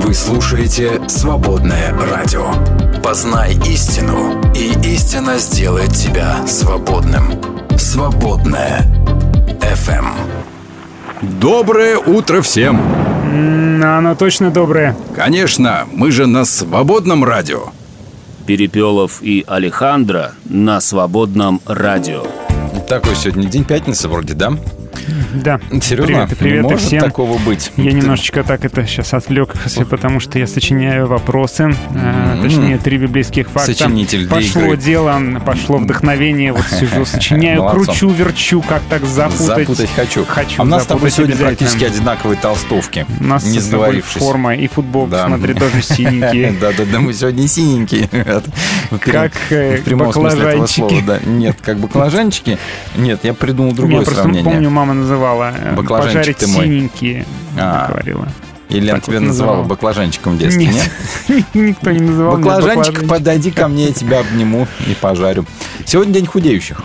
Вы слушаете «Свободное радио». Познай истину, и истина сделает тебя свободным. «Свободное FM». Доброе утро всем! Оно точно доброе. Конечно, мы же на «Свободном радио». Перепелов и Алехандро на «Свободном радио». Такой сегодня день пятницы вроде, да? Да. Серьезно? Привет может всем. Такого быть? Я немножечко так сейчас отвлекся, потому что я сочиняю вопросы, точнее, 3 библейских факта. Сочинитель пошло игры. дело, пошло вдохновение. Вот сижу, сочиняю, Молодцом. кручу, верчу, как так запутать. Запутать хочу. Хочу А у нас с тобой запутать сегодня обязательно. практически одинаковые толстовки. У нас не с тобой сговорившись. форма и футболка, Да. смотри, тоже синенькие. Да, мы сегодня синенькие. Как В прямом смысле этого слова, баклажанчики. да. Нет, как баклажанчики. Нет, я придумал Я другое просто сравнение. помню, мама называла Баклажанчик пожарить ты мой. синенькие, говорила. Или Лен Так тебя вот называла называла. баклажанчиком в детстве, нет? Никто не называл меня Баклажанчик, подойди ко мне, я тебя обниму и пожарю. Сегодня день худеющих.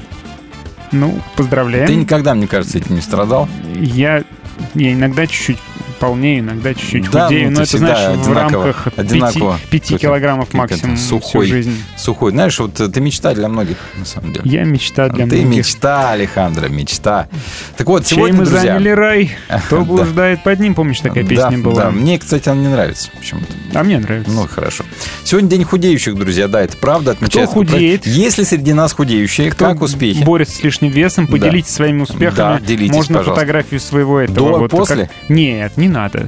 Ну, поздравляем. Ты никогда, мне кажется, этим не страдал. Я иногда чуть-чуть полнее, иногда чуть-чуть Да, худею, ну, но ты это, всегда знаешь, в одинаково, рамках одинаково. 5 килограммов Как это, максимум сухой. всю жизнь. Сухой. Знаешь, вот ты мечта для многих, на самом деле. Я мечта для Ты многих. мечта, Алехандро, мечта. Так вот, Чей сегодня, мы друзья... заняли рай, кто Да. блуждает под ним, помнишь, такая песня была? Да, мне, кстати, она не нравится почему-то. А мне нравится. Ну, хорошо. Сегодня день худеющих, друзья, да, это правда. Отмечается. худеет? Если среди нас худеющие, Кто как успехи? борется с лишним весом, поделитесь своими успехами. Да, делитесь, Можно пожалуйста. фотографию своего этого. До и вот, после? Нет, не надо.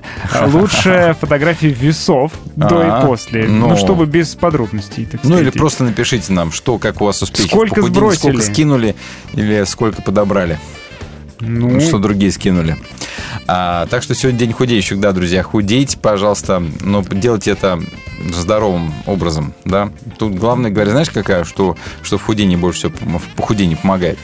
Лучше фотографии весов до и после. ну. Ну, чтобы без подробностей, так Ну, или сказать. просто напишите нам, как у вас успехи Сколько в похудении, сбросили? сколько скинули или сколько подобрали. Ну, Что другие скинули. Так что сегодня день худеющих, да, друзья. Худейте, пожалуйста, но делайте это здоровым образом, да. Тут главное, говоря, знаешь, какая, что в худении больше всего, в похудении помогает?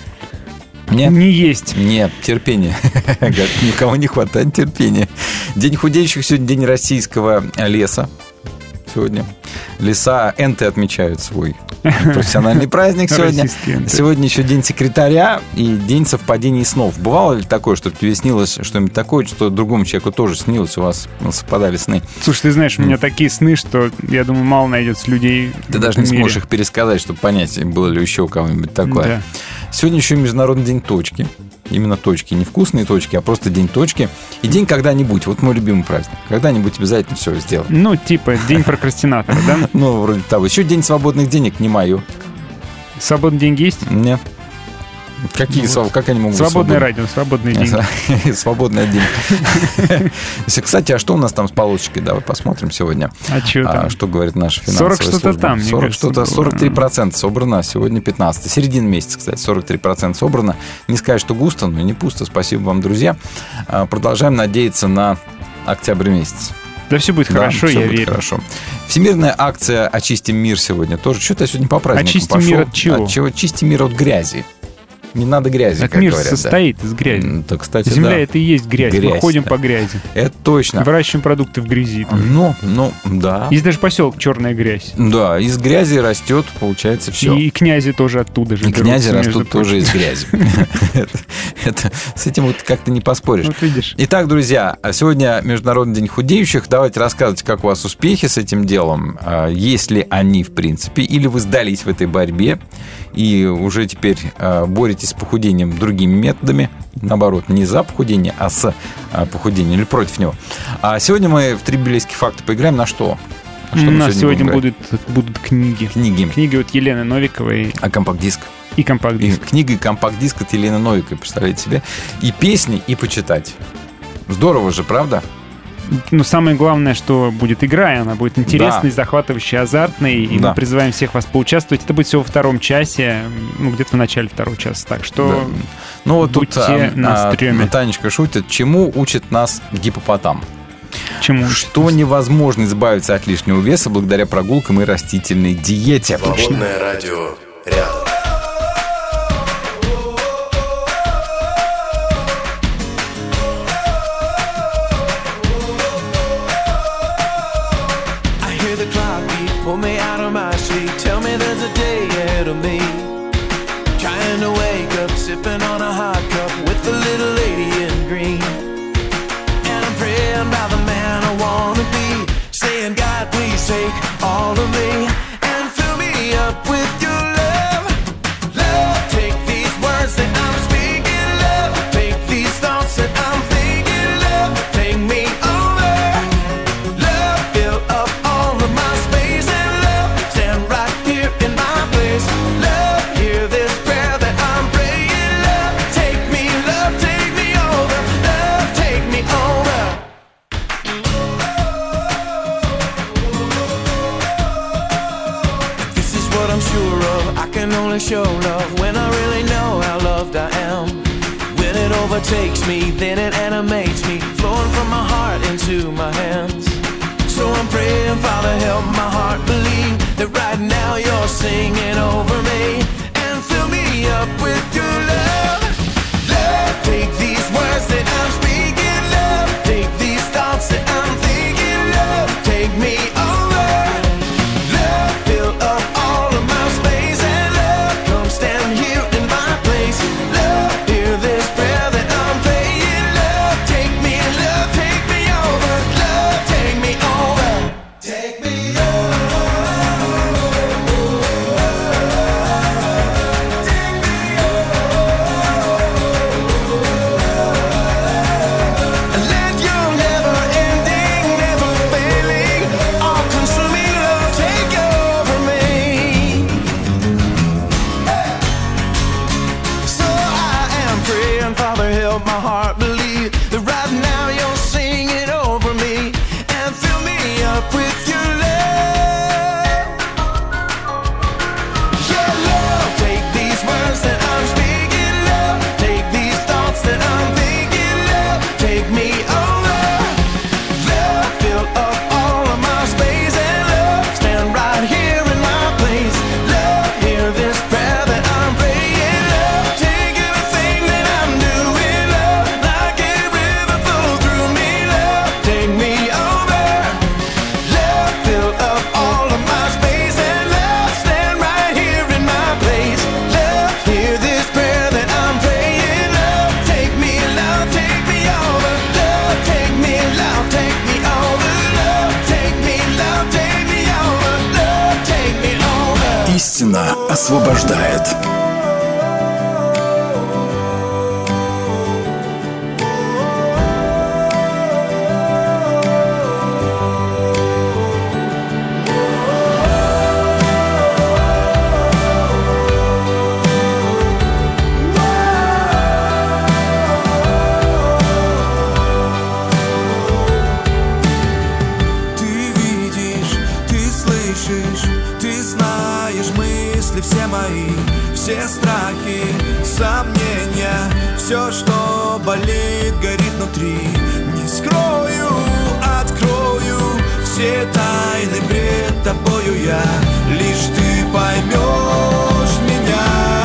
Нет? не есть. Нет, терпение. Говорят, никого не хватает терпения. День худеющих сегодня день российского леса. Сегодня леса энты отмечают свой профессиональный праздник сегодня. Российские энты. Сегодня еще день секретаря и день совпадений снов. Бывало ли такое, что тебе снилось что-нибудь такое, что другому человеку тоже снилось, у вас совпадали сны? Слушай, ты знаешь, у меня такие сны, что, я думаю, мало найдется людей Ты в даже не мире. сможешь их пересказать, чтобы понять, было ли еще у кого-нибудь такое. Да. Сегодня еще Международный день точки. Именно точки. Не вкусные точки, а просто день точки. И день когда-нибудь. Вот мой любимый праздник. Когда-нибудь обязательно все сделаем. Ну, типа, день прокрастинатора, да? Ну, вроде того. Еще день свободных денег, не мою. Свободные деньги есть? Нет. Какие как они могут быть Свободное свободны? радио, свободные деньги. Свободный день. Кстати, а что у нас там с полосочкой? Давай посмотрим сегодня. А что там? Что говорит наша финансовая 40 что-то служба. там, мне 40 кажется, что-то, было. 43% собрано, а сегодня 15. Середина месяца, кстати, 43% собрано. Не сказать, что густо, но и не пусто. Спасибо вам, друзья. Продолжаем надеяться на октябрь месяц. Да все будет хорошо, всё я будет верю. хорошо. Всемирная акция «Очистим мир» сегодня тоже. Что-то я сегодня по праздникам Очистим пошел. мир от чего? Чистим мир от грязи. Не надо грязи, Так как мир говорят. да. состоит из грязи. Да, кстати, Земля да. это и есть грязь. Мы Грязь, ходим да. по грязи. Это точно. Выращиваем продукты в грязи. Ну, да. Есть даже поселок Черная грязь. Да, из грязи растет, получается, все. И князи тоже оттуда же И князи берутся, между растут тоже прочим. из грязи. С этим вот как-то не поспоришь. Вот видишь. Итак, друзья, сегодня Международный день худеющих. Давайте рассказывать, как у вас успехи с этим делом. Есть ли они, в принципе, или вы сдались в этой борьбе и уже теперь боретесь с похудением другими методами. Наоборот, не за похудение, а с похудением или против него. А сегодня мы в 3 библейских факта поиграем на что? У нас сегодня будем будут книги. играть? Книги. Книги от Елены Новиковой А компакт-диск? и компакт-диск. Книга и компакт-диск от Елены Новиковой, представляете себе? И песни, и почитать. Здорово же, правда? Но самое главное, что будет игра, и она будет интересной, Да. захватывающей, азартной. И Да. мы призываем всех вас поучаствовать. Это будет всего во 2 часе, где-то в начале 2 часа. Так что Да. Ну вот тут будьте на стреме. Танечка шутит, чему учит нас гиппопотам? Чему? Что невозможно избавиться от лишнего веса благодаря прогулкам и растительной диете. Свободное радио рядом. I hear the clock beat, pull me out of my sleep. Tell me there's a day ahead of me. Trying to wake up, sipping on a hot cup with the little lady in green. And I'm praying about the man I wanna be. only show love when I really know how loved I am. When it overtakes me, then it animates me, flowing from my heart into my hands. So I'm praying, Father, help my heart believe that right now you're singing over me, and fill me up with your love. Love, take these words that I'm speaking, love, take these thoughts that I'm thinking, love, take me over. Love, fill up all of my space, and love, come stand here in my place. Love, hear this prayer that I'm praying. Love, take me over. Love, take me over. Take me over. Take me over. Let your never-ending, never-failing, all-consuming love take over me. So I am praying, Father, help my heart believe that right now you're singing over me, and fill me up with your love. Yeah, love, take these words that I'm speaking, love, take these thoughts that I'm thinking, love, take me over. Love, fill up all of my space, and love, stand right here in my place. Love, hear this prayer that I'm praying. Love, take everything that I'm doing. Love, like a river flow through me. Love, take me over. Love, fill up all of my space, and love, stand right here in my place. Love, hear this prayer that I'm praying. Love, take me over. Love, take me over. Love, take me over. Love, take me over. Истина освобождает. Ты видишь, ты слышишь, ты знаешь мысли все мои, все страхи, сомнения, все, что болит, горит внутри. Не скрою, открою все тайны пред тобою я, лишь ты поймешь меня.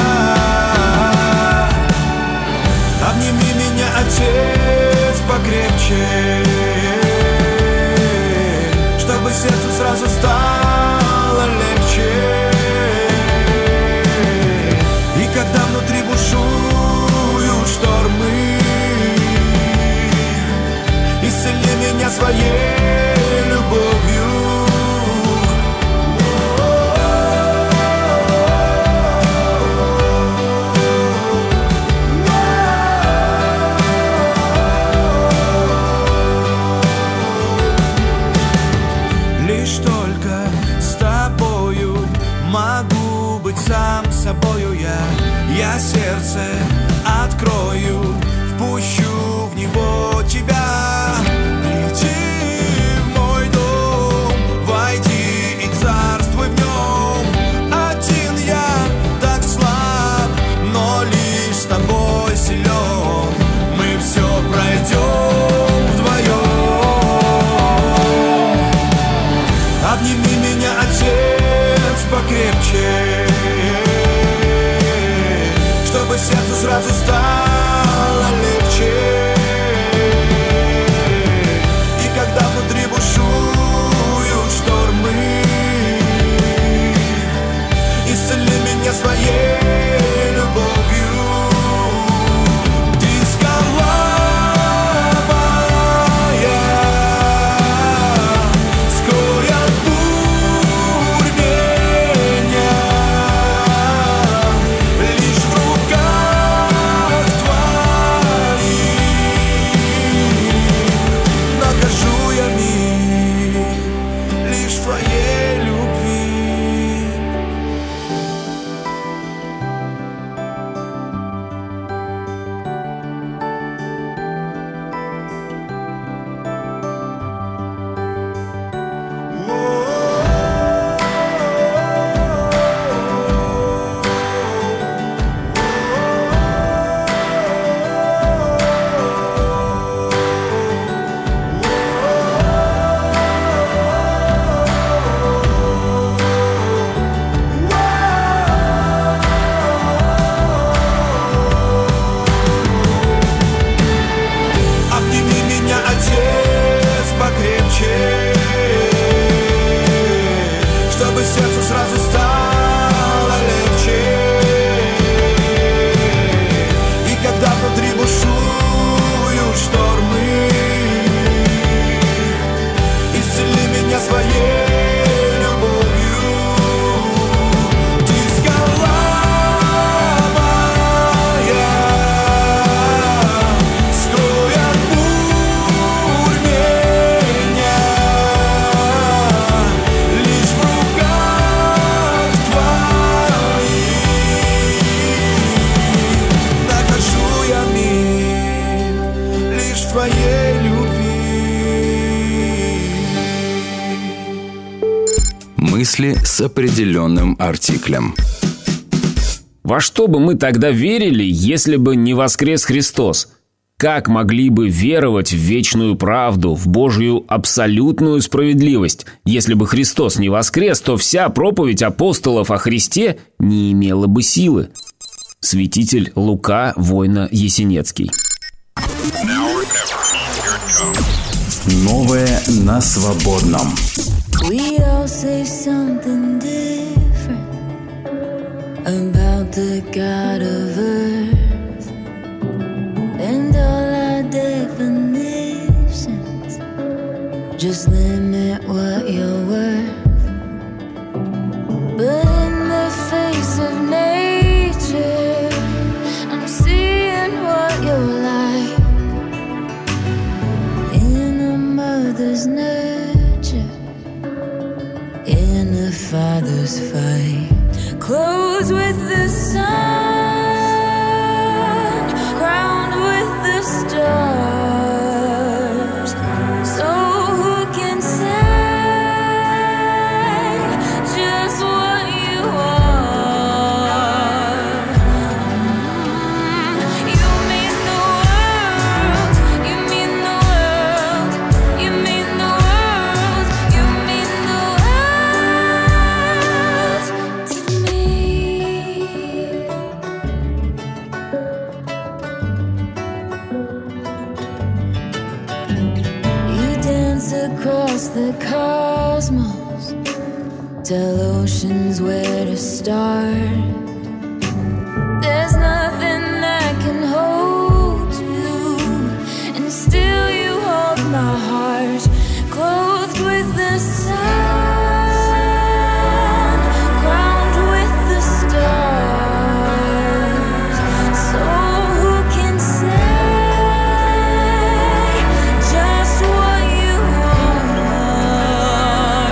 Обними меня, Отец, покрепче, чтобы сердцу сразу стало легче. И когда внутри бушуют штормы, исцели меня своей любовью. Лишь только с тобою могу быть сам собою я сердце открою, впущу в него тебя. Приди в мой дом, войди и царствуй в нем. Один я так слаб, но лишь с тобой силен. Мы все пройдем вдвоем. Обними меня, Отец, покрепче, чтобы сердцу сразу стало легче. И когда внутри бушуют штормы, исцели меня своей любовью. Ты скала моя, скрой от бурь меня, лишь в руках мысли с определенным артиклем. Во что бы мы тогда верили, если бы не воскрес Христос? Как могли бы веровать в вечную правду, в Божью абсолютную справедливость? Если бы Христос не воскрес, то вся проповедь апостолов о Христе не имела бы силы. Святитель Лука Войно-Ясенецкий. Новое на свободном. We all say something different about the God of earth, and all our definitions just limit what you're worth. But in the face of nature, I'm seeing what you're like. In a mother's nurture, in a father's fight, clothed with the sun, crowned with the stars. So who can say just what you are? You mean the world, you mean the world, you mean the world, you mean the world to me. You dance across the cosmos, tell oceans where to start. There's nothing that can hold you, and still you hold my heart, clothed with the sun, crowned with the stars. So who can say just what you are?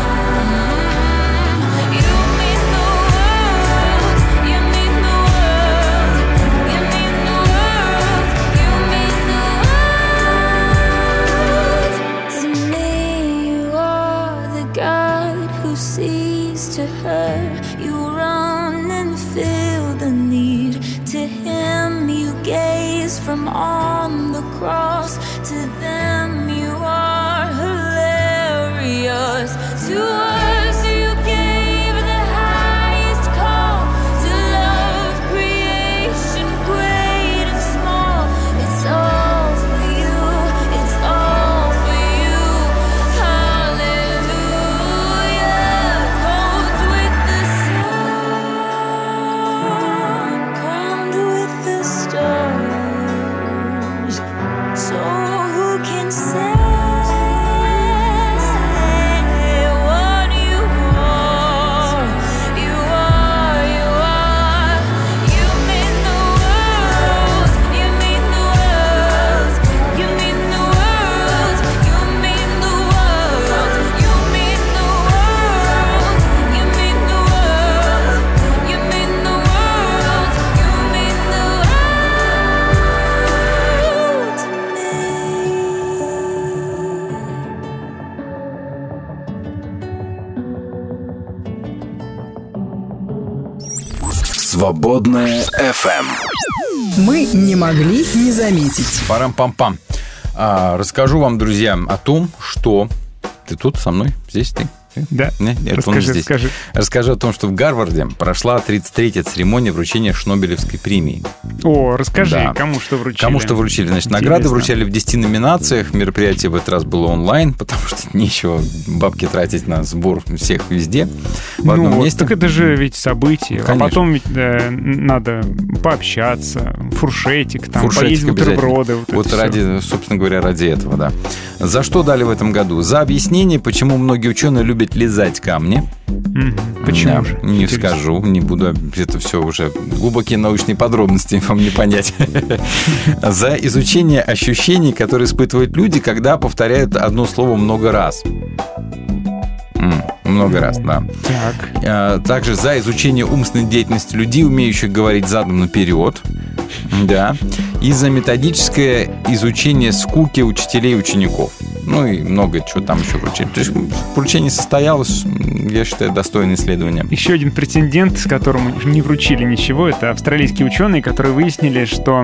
You mean the world, you mean the world, you mean the world, you mean the world to me. You are the God who sees to her. You run and feel the need. To him you gaze from on the cross. To them you are hilarious. To us you gave the highest call. To love creation great and small. It's all for you, it's all for you. Hallelujah. Clothed with the sun, crowned with the stars. So who can say what you are? You are, you are. You mean the world, you mean the world, you mean the world, you mean the world, you mean the world, you mean the world, you mean the world, you mean the world to me. Свободное FM. Мы не могли не заметить. Парам-пам-пам. Расскажу вам, друзья, о том, что... Ты тут со мной? Здесь ты? Да. Нет, он здесь. Расскажу о том, что в Гарварде прошла 33-я церемония вручения Шнобелевской премии. О, расскажи, Да. кому что вручили. Кому что вручили? Значит, Интересно. награды вручали в 10 номинациях. Мероприятие в этот раз было онлайн, потому что нечего бабки тратить на сбор всех везде в одном Ну, месте. так это же ведь событие. Конечно. А потом ведь надо пообщаться, фуршетик, там, Фуршетик поесть бутерброды. обязательно. Вот Вот это ради, собственно говоря, ради этого, да. За что дали в этом году? За объяснение, почему многие ученые любят лизать камни. Мгм. Почему Да, же? не Интересно. скажу, не буду. Это все уже глубокие научные подробности, вам не понять. За изучение ощущений, которые испытывают люди, когда повторяют одно слово много раз. Много раз, да. Так. Также за изучение умственной деятельности людей, умеющих говорить задом наперед. Да. И за методическое изучение скуки учителей и учеников. Ну и много чего там еще вручили. То есть вручение состоялось, я считаю, достойное исследование. Еще один претендент, которому не вручили ничего, это австралийские ученые, которые выяснили, что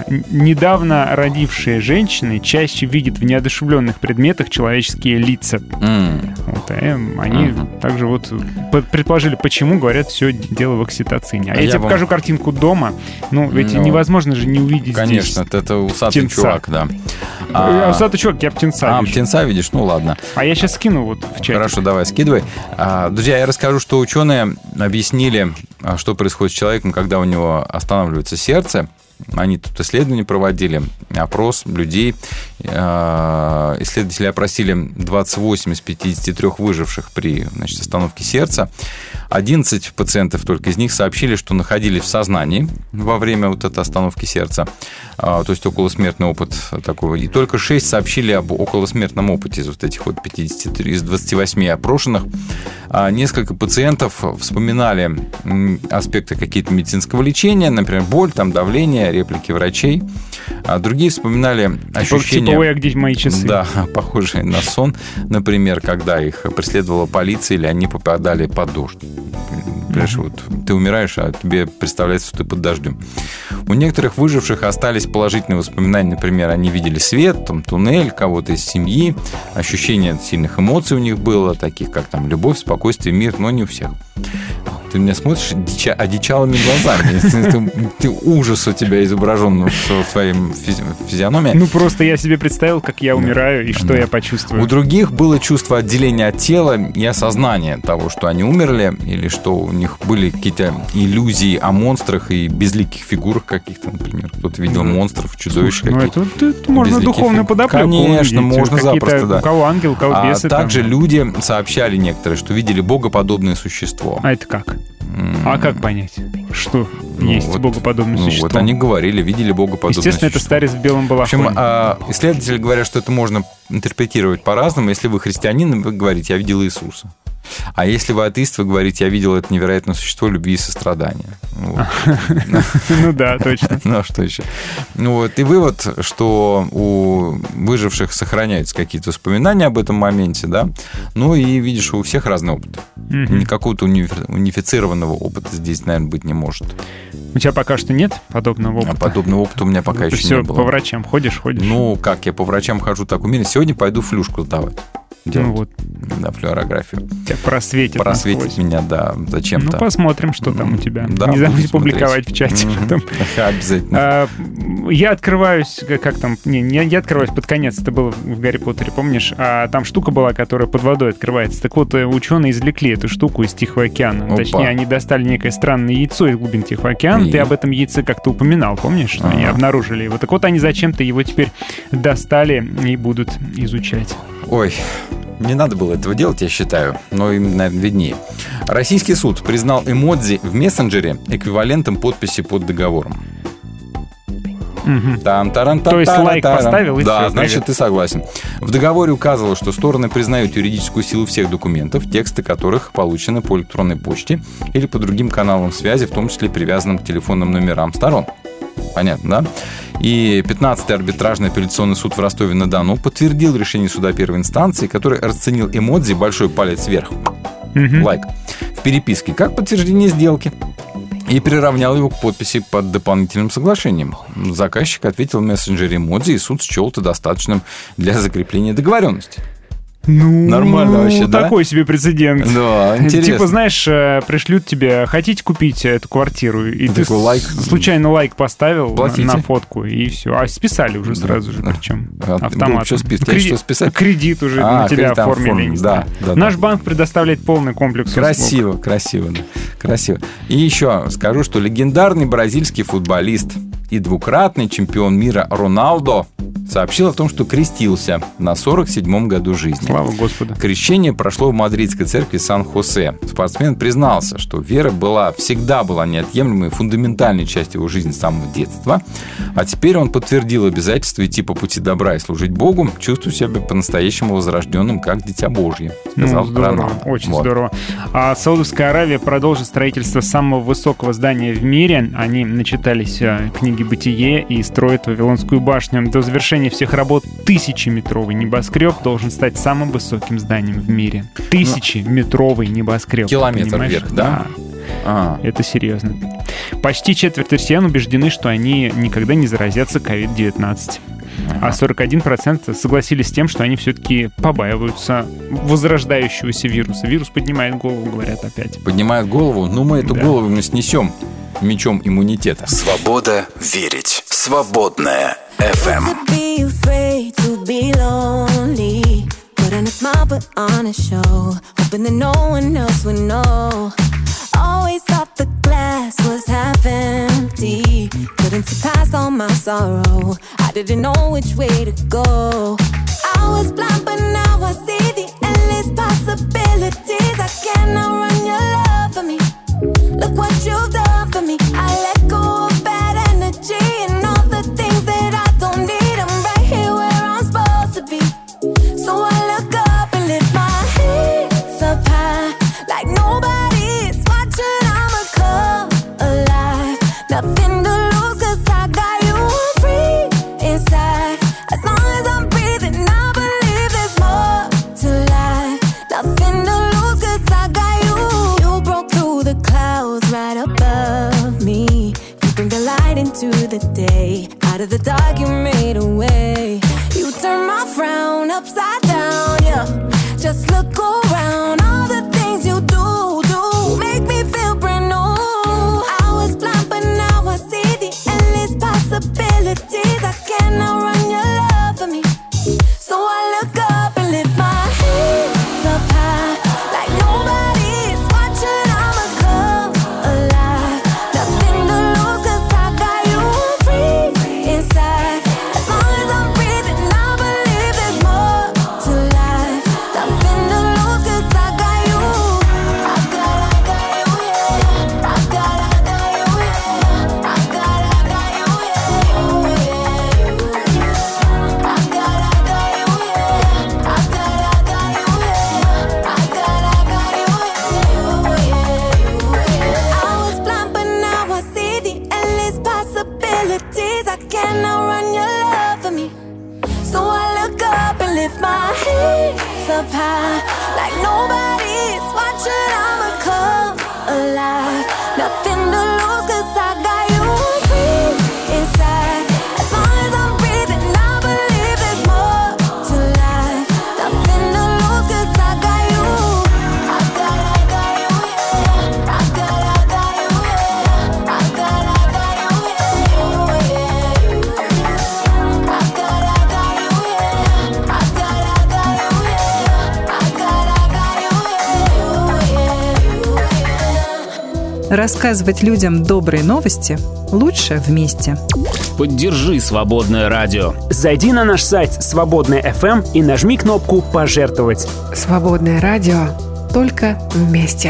недавно родившие женщины чаще видят в неодушевленных предметах человеческие лица. Вот, они также вот предположили, почему, говорят, все дело в окситоцине. А я тебе покажу картинку дома. Ну, ведь невозможно же не увидеть конечно, здесь это усатый птенца. чувак, да. Усатый чувак, я птенца вижу. Птенца видишь? Ну, ладно. А я сейчас скину вот в чате. Хорошо, давай, скидывай. Друзья, я расскажу, что ученые объяснили, что происходит с человеком, когда у него останавливается сердце. Они тут исследования проводили, опрос людей. Исследователи опросили 28 из 53 выживших при остановке сердца. 11 пациентов только из них сообщили, что находились в сознании во время вот этой остановки сердца. То есть околосмертный опыт такой. И только 6 сообщили об околосмертном опыте из вот этих вот 53, из 28 опрошенных. Несколько пациентов вспоминали аспекты какие-то медицинского лечения, например, боль, там, давление, реплики врачей. А другие вспоминали ощущения... Типа, ой, а где мои часы? Да, похожие на сон. Например, когда их преследовала полиция или они попадали под дождь. Понимаешь, вот ты умираешь, а тебе представляется, что ты под дождем. У некоторых выживших остались положительные воспоминания. Например, они видели свет, там, туннель, кого-то из семьи. Ощущение сильных эмоций у них было, таких как там любовь, спокойствие, мир, но не у всех. Ты меня смотришь одичалыми глазами. Ты ужас у тебя изображен в своей физиономии. Ну, просто я себе представил, как я умираю и что я почувствую. У других было чувство отделения от тела и осознания того, что они умерли, или что у них были какие-то иллюзии о монстрах и безликих фигурах каких-то, например. Кто-то видел монстров, чудовищ каких-то. Ну, это можно духовную подоплеку увидеть. Конечно, можно запросто, да. У кого ангел, у кого бесы. А также люди сообщали некоторые, что видели богоподобное существо. А это как? А как понять, что есть вот, богоподобное существо? Вот они говорили, видели богоподобное Естественно, существо. это старец в белом балахоне. В общем, исследователи говорят, что это можно интерпретировать по-разному. Если вы христианин, вы говорите, я видел Иисуса. А если вы атеист, вы говорите, я видел это невероятное существо любви и сострадания. Ну да, точно. Ну, а что еще? Ну вот, и вывод, что у выживших сохраняются какие-то воспоминания об этом моменте, да. Ну и видишь, у всех разный опыт. Никакого-то унифицированного опыта здесь, наверное, быть не может. У тебя пока что нет подобного опыта? Подобного опыта у меня пока еще не было. Все, по врачам ходишь? Ну, как, я по врачам хожу так умеренно. Сегодня пойду флюшку сдавать. Ну вот. Да, флюорографию. Тебя просветит. Просветит меня, да, зачем-то. Ну, посмотрим, что там у тебя. Да, не забудь публиковать в чате. Обязательно. Я открываюсь, как там... Я открываюсь под конец, это было в Гарри Поттере, помнишь? А там штука была, которая под водой открывается. Так вот, ученые извлекли эту штуку из Тихого океана. Точнее, они достали некое странное яйцо из глубин Тихого океана. Ты об этом яйце как-то упоминал, помнишь? Что они обнаружили его. Так вот, они зачем-то его теперь достали и будут изучать. Ой, не надо было этого делать, я считаю, но им, наверное, виднее. Российский суд признал эмодзи в мессенджере эквивалентом подписи под договором. То есть лайк поставил и да, все. значит, ты согласен. В договоре указывалось, что стороны признают юридическую силу всех документов, тексты которых получены по электронной почте или по другим каналам связи, в том числе привязанным к телефонным номерам сторон. Понятно, да? И 15-й арбитражный апелляционный суд в Ростове-на-Дону подтвердил решение суда первой инстанции, который расценил эмодзи «большой палец вверх» лайк в переписке как подтверждение сделки и приравнял его к подписи под дополнительным соглашением. Заказчик ответил в мессенджере эмодзи, и суд счел это достаточным для закрепления договоренности. Ну, нормально вообще, да? Такой себе прецедент. Да, интересно. Типа, знаешь, пришлют тебе, хотите купить эту квартиру, и ты случайно лайк поставил на фотку, и все. А списали уже сразу же, причем автоматом. Что списать? Кредит уже на тебя оформили. Да. Наш банк предоставляет полный комплекс услуг. Красиво. И еще скажу, что легендарный бразильский футболист и двукратный чемпион мира Роналдо сообщил о том, что крестился на 47-м году жизни. Слава Господу. Крещение прошло в мадридской церкви Сан-Хосе. Спортсмен признался, что вера всегда была неотъемлемой, фундаментальной частью его жизни с самого детства. А теперь он подтвердил обязательство идти по пути добра и служить Богу, чувствуя себя по-настоящему возрожденным, как дитя Божье, сказал Роналдо. Очень здорово. А Саудовская Аравия продолжит строительство самого высокого здания в мире. Они начитались книги «Бытие» и строят Вавилонскую башню. До завершения завершения всех работ 1000-метровый небоскреб должен стать самым высоким зданием в мире. 1000-метровый небоскреб. Километр понимаешь? вверх, да? Это серьезно. Почти четверть россиян убеждены, что они никогда не заразятся COVID-19. А 41% согласились с тем, что они все-таки побаиваются возрождающегося вируса. Вирус поднимает голову, говорят опять. Поднимает голову? Ну, мы эту голову мы снесем мечом иммунитета. Свобода верить. Свободная FM. Always thought the glass was half empty. Couldn't see past all my sorrow. I didn't know which way to go. I was blind, but now I see the endless possibilities. I cannot run your love for me. Look what you've done for me. I let go of bad energy and all the things that I don't need. I'm right here where I'm supposed to be. So I look up and lift my hands up high like nobody's watching. I'ma come alive. Nothing to lose 'cause I got you free inside. As long as I'm breathing, I believe there's more to life. Nothing to lose 'cause I got you. You broke through the clouds right above me. You bring the light into the day. Out of the dark you made a way. You turn my frown upside down, yeah. Just look around. All the things you do make me feel brand new. I was blind, but now I see the endless possibilities. I cannot run your love for me. So I look up and lift my hands up high like nobody's watching. I'ma come alive. Nothing to lose 'cause I got you free inside. As long as I'm breathing, I believe there's more to life. Nothing to lose 'cause I got you. I got you, yeah. I got you, yeah. I got you, yeah. I got you, yeah. I got you, yeah. I was blind, but now I see the endless possibilities. I cannot run your love for me. So I look up and lift my hands up high like nobody's watching. I'ma come alive. Nothing to lose 'cause I got you free inside. As long as I'm breathing, I believe there's more to life. Nothing to lose 'cause I got you. I got you, yeah. I got you, yeah. I got you, yeah. I got you, yeah. I got you, yeah. I got you, yeah. Рассказывать людям добрые новости лучше вместе. Поддержи «Свободное радио». Зайди на наш сайт «Свободная FM» и нажми кнопку «Пожертвовать». Свободное радио. Только вместе.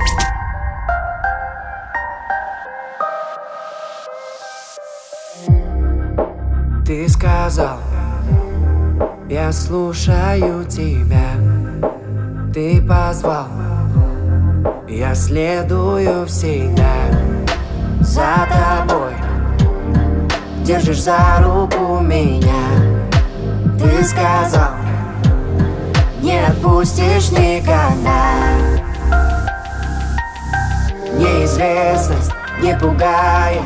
Ты сказал, я слушаю тебя. Ты позвал, я следую всегда за тобой. Держишь за руку меня. Ты сказал, не отпустишь никогда. Неизвестность не пугает.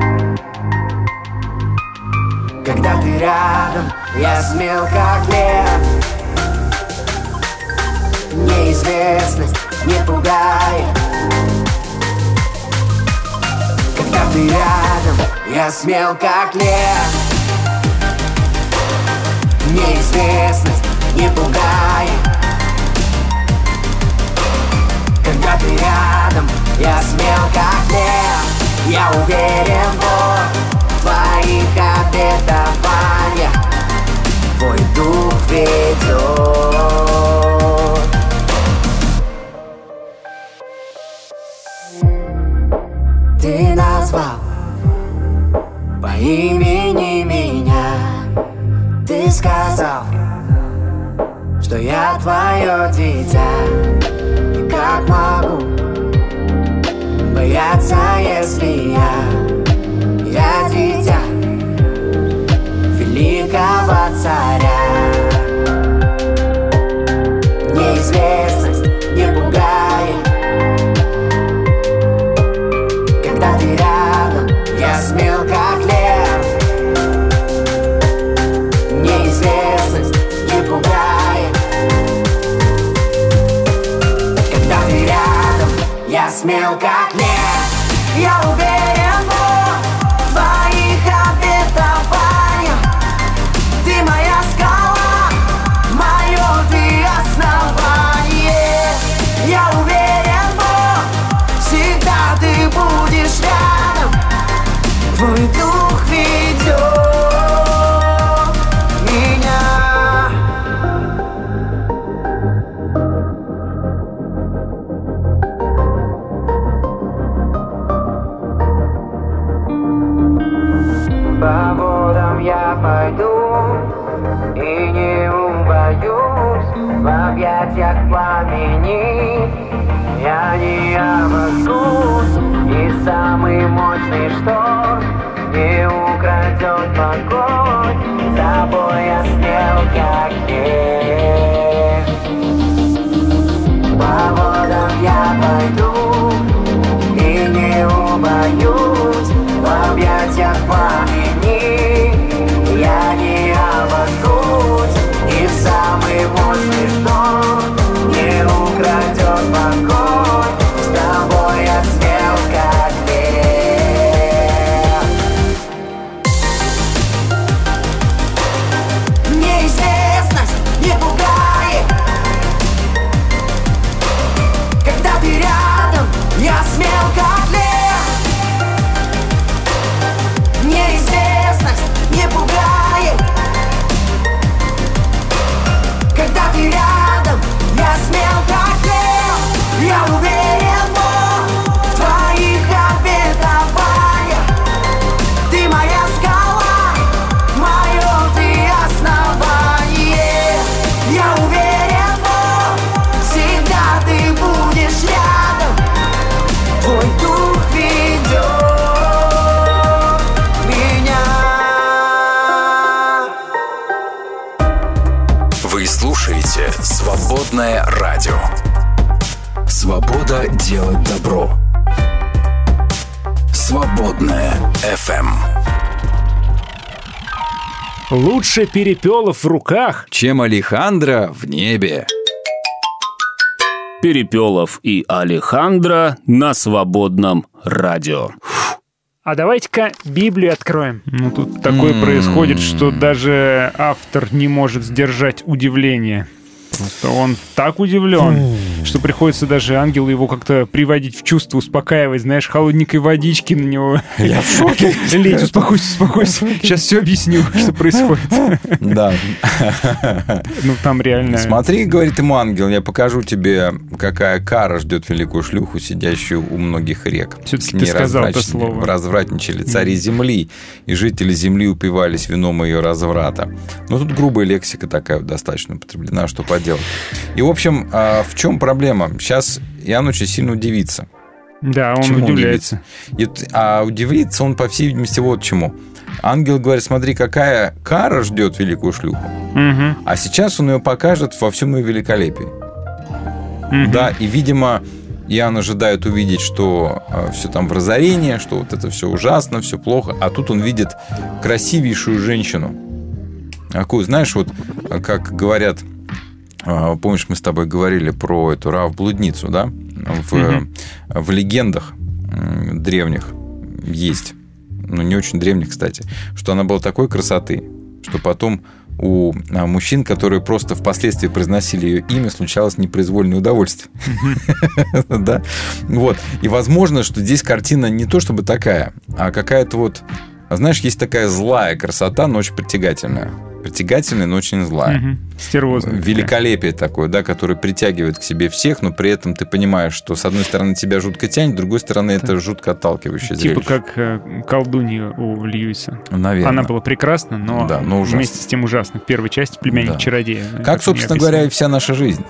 Когда ты рядом, я смел как лев. Неизвестность не пугает. Когда ты рядом, я смел как лев. Неизвестность не пугает. Когда ты рядом, я смел как лев. Я уверен в твоих обетованиях. Твой дух ведет. Ты назвал по имени меня. Ты сказал, что я твое дитя. И как могу бояться, если я дитя великого великого царя. Неизвестность не пугает. Когда ты рядом, я смел как лев. Неизвестность не пугает. Когда ты рядом, я смел как лев. Я уверен в твоих обетованиях. Ты моя скала, мое ты основание. Я уверен в всегда ты будешь рядом. Твой дух ведет меня. По водам я пойду и не убоюсь. В объятиях пламени я не обожгусь. И самый мощный шторм не украдет покой. С тобой я смел как есть. По водам я пойду и не убоюсь. В объятиях пламени я не обожгусь. И самый мощный шторм не украдет покой. С тобой я смел как лев. Неизвестность не пугает. Когда ты рядом, я смел как лев. Неизвестность не пугает. Когда ты рядом, я смел как лев. Я уверен в твоих обетованиях. Ты моя скала, мое ты основание. Я уверен в всегда ты будешь рядом. Твой дух ведет меня. Вы слушаете «Свободное радио». Свобода делать добро. Свободное FM. Лучше перепелов в руках, чем Алехандро в небе. Перепелов и Алехандро на Свободном радио. А давайте-ка Библию откроем. Ну, тут такое происходит, что даже автор не может сдержать удивление. Просто он так удивлен, что приходится даже ангелу его как-то приводить в чувство, успокаивать, знаешь, холодненькой водички на него. Я в шоке. Лить, успокойся, успокойся. Сейчас все объясню, что происходит. Да. Ну, там реально... Смотри, говорит ему ангел, я покажу тебе, какая кара ждет великую шлюху, сидящую у многих рек. Все-таки ты сказал это слово. Развратничали цари земли, и жители земли упивались вином ее разврата. Но тут грубая лексика такая достаточно употреблена, что поделать. И, в общем, в чем проблема? Сейчас Иоанн очень сильно удивится. Да, он чему удивляется. А удивится он, по всей видимости, вот чему. Ангел говорит, смотри, какая кара ждет великую шлюху. Угу. А сейчас он ее покажет во всем ее великолепии. Угу. Да, и, видимо, Иоанн ожидает увидеть, что все там в разорении, что вот это все ужасно, все плохо. А тут он видит красивейшую женщину. Такую, знаешь, вот как говорят... Помнишь, мы с тобой говорили про эту Раав-блудницу, да? В легендах древних есть, ну, не очень древних, кстати, что она была такой красоты, что потом у мужчин, которые просто впоследствии произносили ее имя, случалось непроизвольное удовольствие. Да? Вот. И возможно, что здесь картина не то чтобы такая, а какая-то вот... Знаешь, есть такая злая красота, но очень притягательная. Притягательная, но очень злая. Стервозная. Великолепие такое, да, которое притягивает к себе всех, но при этом ты понимаешь, что с одной стороны тебя жутко тянет, с другой стороны это жутко отталкивающее зрелище. Типа как колдунья у Льюиса. Наверное. Она была прекрасна, но, да, но вместе с тем ужасна. В первой части «Племянник-чародея». Как, собственно говоря, и вся наша жизнь.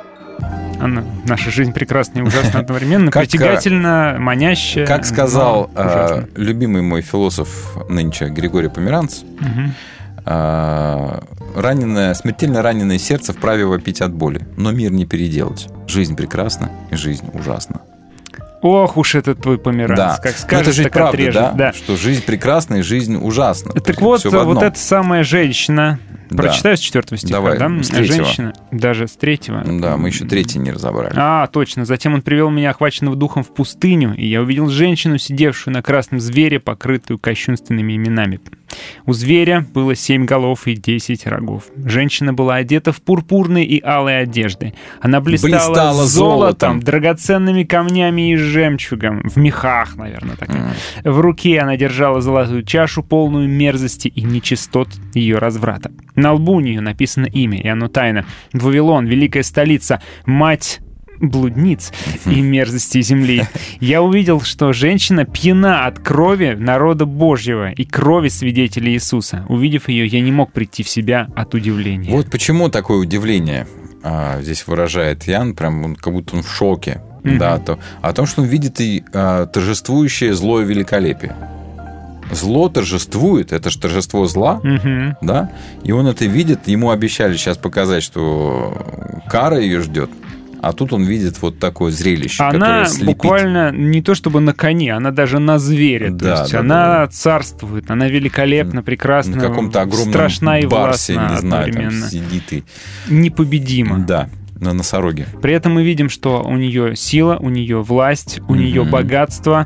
Наша жизнь прекрасна и ужасна одновременно, притягательна, манящая. Как сказал любимый мой философ нынче Григорий Померанц, смертельно раненое сердце вправе вопить от боли, но мир не переделать. Жизнь прекрасна, и жизнь ужасна. Ох уж этот твой померанец. Да. Как скажешь, это же так правда, отрежет. да? Что жизнь прекрасна и жизнь ужасна. Так вот, вот эта самая женщина... Да. Прочитаю с 4 стиха, давай, да? С 3. Женщина, даже с 3. Да, мы еще 3 не разобрали. Точно. Затем он привел меня, охваченного духом, в пустыню, и я увидел женщину, сидевшую на красном звере, покрытую кощунственными именами. У зверя было 7 голов и 10 рогов. Женщина была одета в пурпурные и алые одежды. Она блистала золотом, драгоценными камнями и жемчугом, в мехах, наверное, такая. В руке она держала золотую чашу, полную мерзости и нечистот ее разврата. На лбу у нее написано имя, и оно тайно. Вавилон, великая столица, мать блудниц и мерзостей земли. Я увидел, что женщина пьяна от крови народа Божьего и крови свидетелей Иисуса. Увидев ее, я не мог прийти в себя от удивления. Вот почему такое удивление здесь выражает Иоанн, прям как будто он в шоке. Да, о том, что он видит и торжествующее злое великолепие. Зло торжествует, это же торжество зла, да, и он это видит, ему обещали сейчас показать, что кара ее ждет, а тут он видит вот такое зрелище, которое слепит. Она буквально не то чтобы на коне, она даже на звере, то есть она царствует, она великолепна, прекрасна, на каком-то огромном страшна и барсе, властна не знаю, там одновременно. сидит и... Непобедима. Да. На носороге. При этом мы видим, что у нее сила, у нее власть, у нее богатство,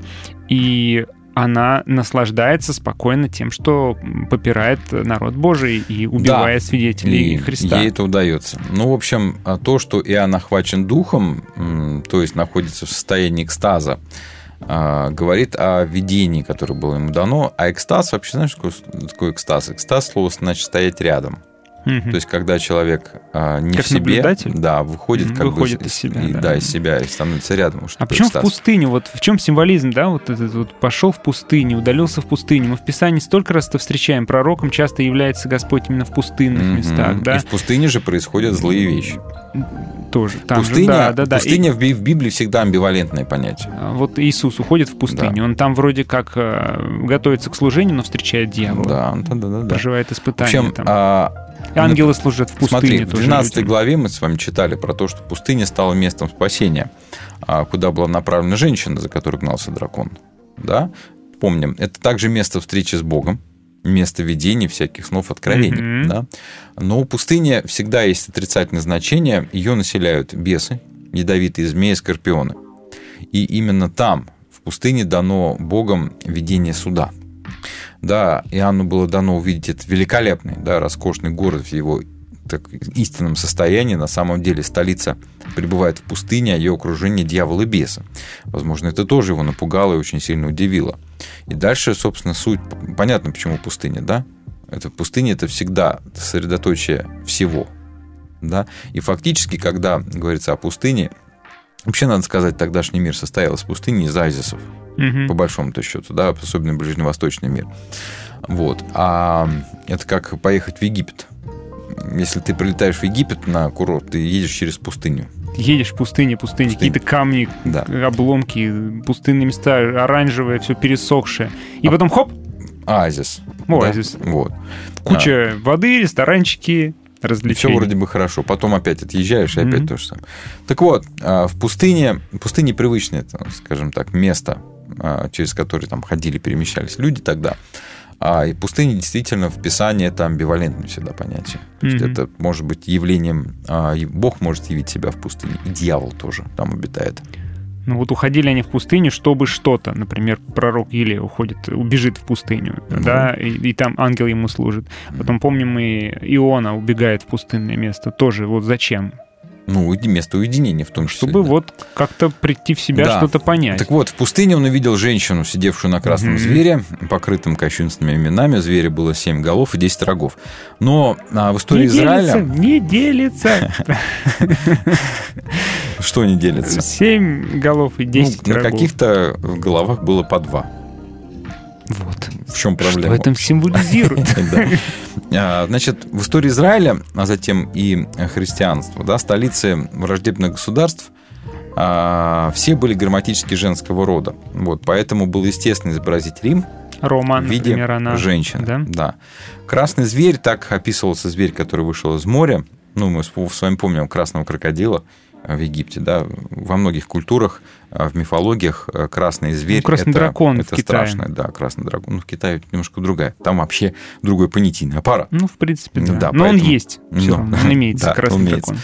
и она наслаждается спокойно тем, что попирает народ Божий и убивает свидетелей Христа. Ей это удается. Ну, в общем, то, что Иоанн охвачен духом, то есть находится в состоянии экстаза, говорит о видении, которое было ему дано. А экстаз, вообще, знаешь, что такое экстаз? Экстаз, слово, значит стоять рядом. То есть, когда человек не как в себе, наблюдатель? Да, выходит из себя, из себя и становится рядом. А почему в пустыне? Вот в чем символизм, да? Вот этот вот пошел в пустыню, удалился в пустыню. Мы в Писании столько раз это встречаем. Пророком часто является Господь именно в пустынных местах, да? И в пустыне же происходят злые вещи. Тоже. Там пустыня, же, пустыня в Библии всегда амбивалентное понятие. Вот Иисус уходит в пустыню. Он там вроде как готовится к служению, но встречает дьявола. Да. Проживает испытания. В общем, там. Ангелы служат в пустыне. Смотри, в 12 главе мы с вами читали про то, что пустыня стала местом спасения, куда была направлена женщина, за которой гнался дракон. Да? Помним, это также место встречи с Богом, место видений, всяких снов, откровений. Да? Но у пустыни всегда есть отрицательное значение. Ее населяют бесы, ядовитые змеи, скорпионы. И именно там, в пустыне, дано Богом видение суда. Да, Иоанну было дано увидеть этот великолепный, да, роскошный город в его истинном состоянии. На самом деле столица пребывает в пустыне, а ее окружение дьявол и бесы. Возможно, это тоже его напугало и очень сильно удивило. И дальше, собственно, суть... Понятно, почему пустыня, да? Пустыня – это всегда сосредоточие всего. Да? И фактически, когда говорится о пустыне, вообще, надо сказать, тогдашний мир состоял из пустыни, из оазисов. По большому-то счету, да, особенно ближневосточный мир. Вот. А это как поехать в Египет. Если ты прилетаешь в Египет на курорт, ты едешь через пустыню. Едешь в пустыне, какие-то камни, обломки, пустынные места, оранжевое, все пересохшее. И потом хоп! Оазис. Оазис. Да? Вот. Куча воды, ресторанчики, развлечений. Все вроде бы хорошо. Потом опять отъезжаешь, и опять то же самое. Так вот, в пустыне привычное, скажем так, место, через которое там ходили, перемещались люди тогда. И пустыня действительно в Писании это амбивалентное всегда понятие. То есть это может быть явлением... Бог может явить себя в пустыне, и дьявол тоже там обитает. Ну вот уходили они в пустыню, чтобы что-то. Например, пророк Илия убежит в пустыню, да, и там ангел ему служит. Потом, помним, и Иона убегает в пустынное место. Тоже вот зачем? Ну, место уединения в том числе. Чтобы вот как-то прийти в себя, что-то понять. Так вот, в пустыне он увидел женщину, сидевшую на красном звере, покрытым кощунственными именами. У зверя было 7 голов и 10 рогов. Но в истории Израиля... Не делится. Что не делится? 7 голов и 10 рогов. На каких-то головах было по 2. Вот. В чем проблема? Что это символизирует? Значит, в истории Израиля, а затем и христианства, да, столицы враждебных государств, все были грамматически женского рода. Вот, поэтому было естественно изобразить Рим Рома, в виде например, она... женщины. Да. Красный зверь, так описывался зверь, который вышел из моря. Ну, мы с вами помним красного крокодила в Египте, да, во многих культурах, в мифологиях красный зверь, красный дракон в Китае. Страшно, да, красный дракон. Ну, в Китае немножко другая. Там вообще другой понятийный аппарат. Ну, в принципе, да. Да, но поэтому... он есть. Он имеется, да, красный дракон.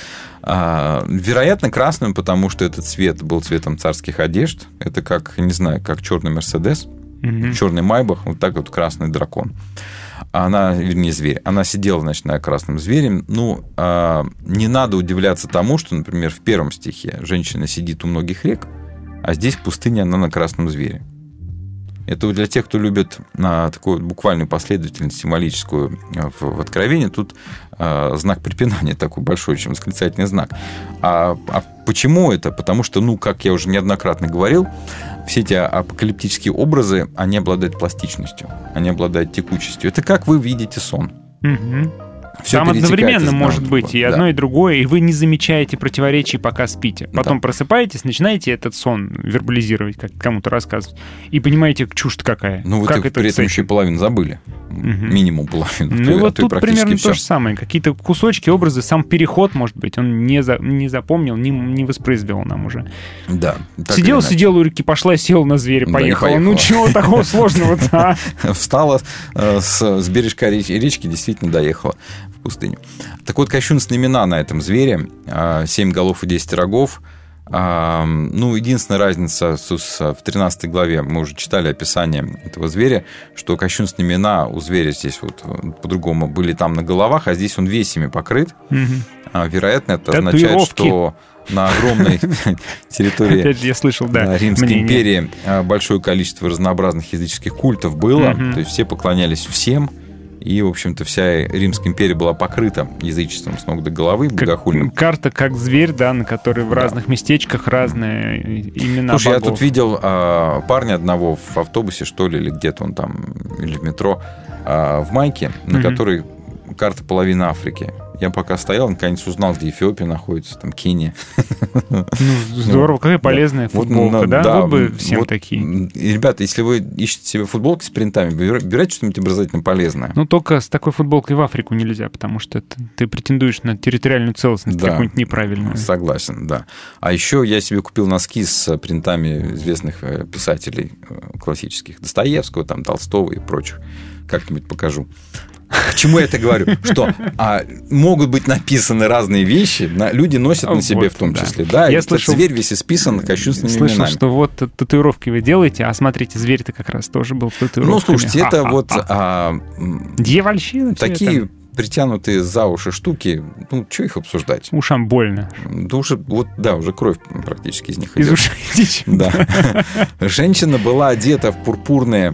Вероятно, красным, потому что этот цвет был цветом царских одежд. Это как, не знаю, как черный Мерседес, черный Майбах, вот так вот красный дракон. Она, вернее, зверь. Она сидела, значит, на красном звере. Ну, не надо удивляться тому, что, например, в 1 стихе женщина сидит у многих рек, а здесь в пустыне она на красном звере. Это для тех, кто любит такую буквальную последовательность символическую в Откровении. Тут знак препинания такой большой, чем восклицательный знак. А почему это? Потому что, ну, как я уже неоднократно говорил, все эти апокалиптические образы, они обладают пластичностью, они обладают текучестью. Это как вы видите сон. Все там одновременно может быть и одно, и другое, и вы не замечаете противоречий, пока спите. Потом просыпаетесь, начинаете этот сон вербализировать, как кому-то рассказывать, и понимаете, чушь-то какая. Ну, вы при этом еще и половину забыли. Минимум половину. Ну, и вот тут примерно то же самое. Какие-то кусочки, образы, сам переход, может быть, он не запомнил, не воспроизвел нам уже. Да. Сидел у реки, пошла, села на зверя, поехала. Ну, чего такого сложного-то, Встала с бережка речки, действительно доехала в пустыню. Так вот, кощунственные имена на этом звере: 7 голов и 10 рогов. Ну, единственная разница в 13 главе, мы уже читали описание этого зверя, что кощунственные имена у зверя здесь вот по-другому были там на головах, а здесь он весь ими покрыт. Вероятно, это означает, что на огромной территории опять же, я слышал, Римской империи большое количество разнообразных языческих культов было, то есть все поклонялись всем. И, в общем-то, вся Римская империя была покрыта язычеством с ног до головы, богохульным. Карта как зверь, да, на которой в разных местечках разные имена богов. Я тут видел парня одного в автобусе, что ли, или где-то он там, или в метро, в майке, на которой карта половины Африки. Я пока стоял, наконец узнал, где Эфиопия находится, там Кения. Ну, здорово, какая полезная футболка, да? Вот бы всем такие. Ребята, если вы ищете себе футболки с принтами, выбирайте что-нибудь образовательно полезное. Ну, только с такой футболкой в Африку нельзя, потому что ты претендуешь на территориальную целостность, какую-нибудь неправильную. Согласен, да. А еще я себе купил носки с принтами известных писателей классических. Достоевского, там, Толстого и прочих. Как-нибудь покажу. К чему я это говорю? Что могут быть написаны разные вещи, люди носят на себе в том числе. Да, я слышал, зверь весь исписан кощунственными именами. Слышал, что вот татуировки вы делаете, а смотрите, зверь-то как раз тоже был татуировками. Ну, слушайте, это вот... Дьявольщина. Такие притянутые за уши штуки, ну, что их обсуждать? Ушам больно. Да, уже кровь практически из них идет. Из ушей течет. Да. Женщина была одета в пурпурные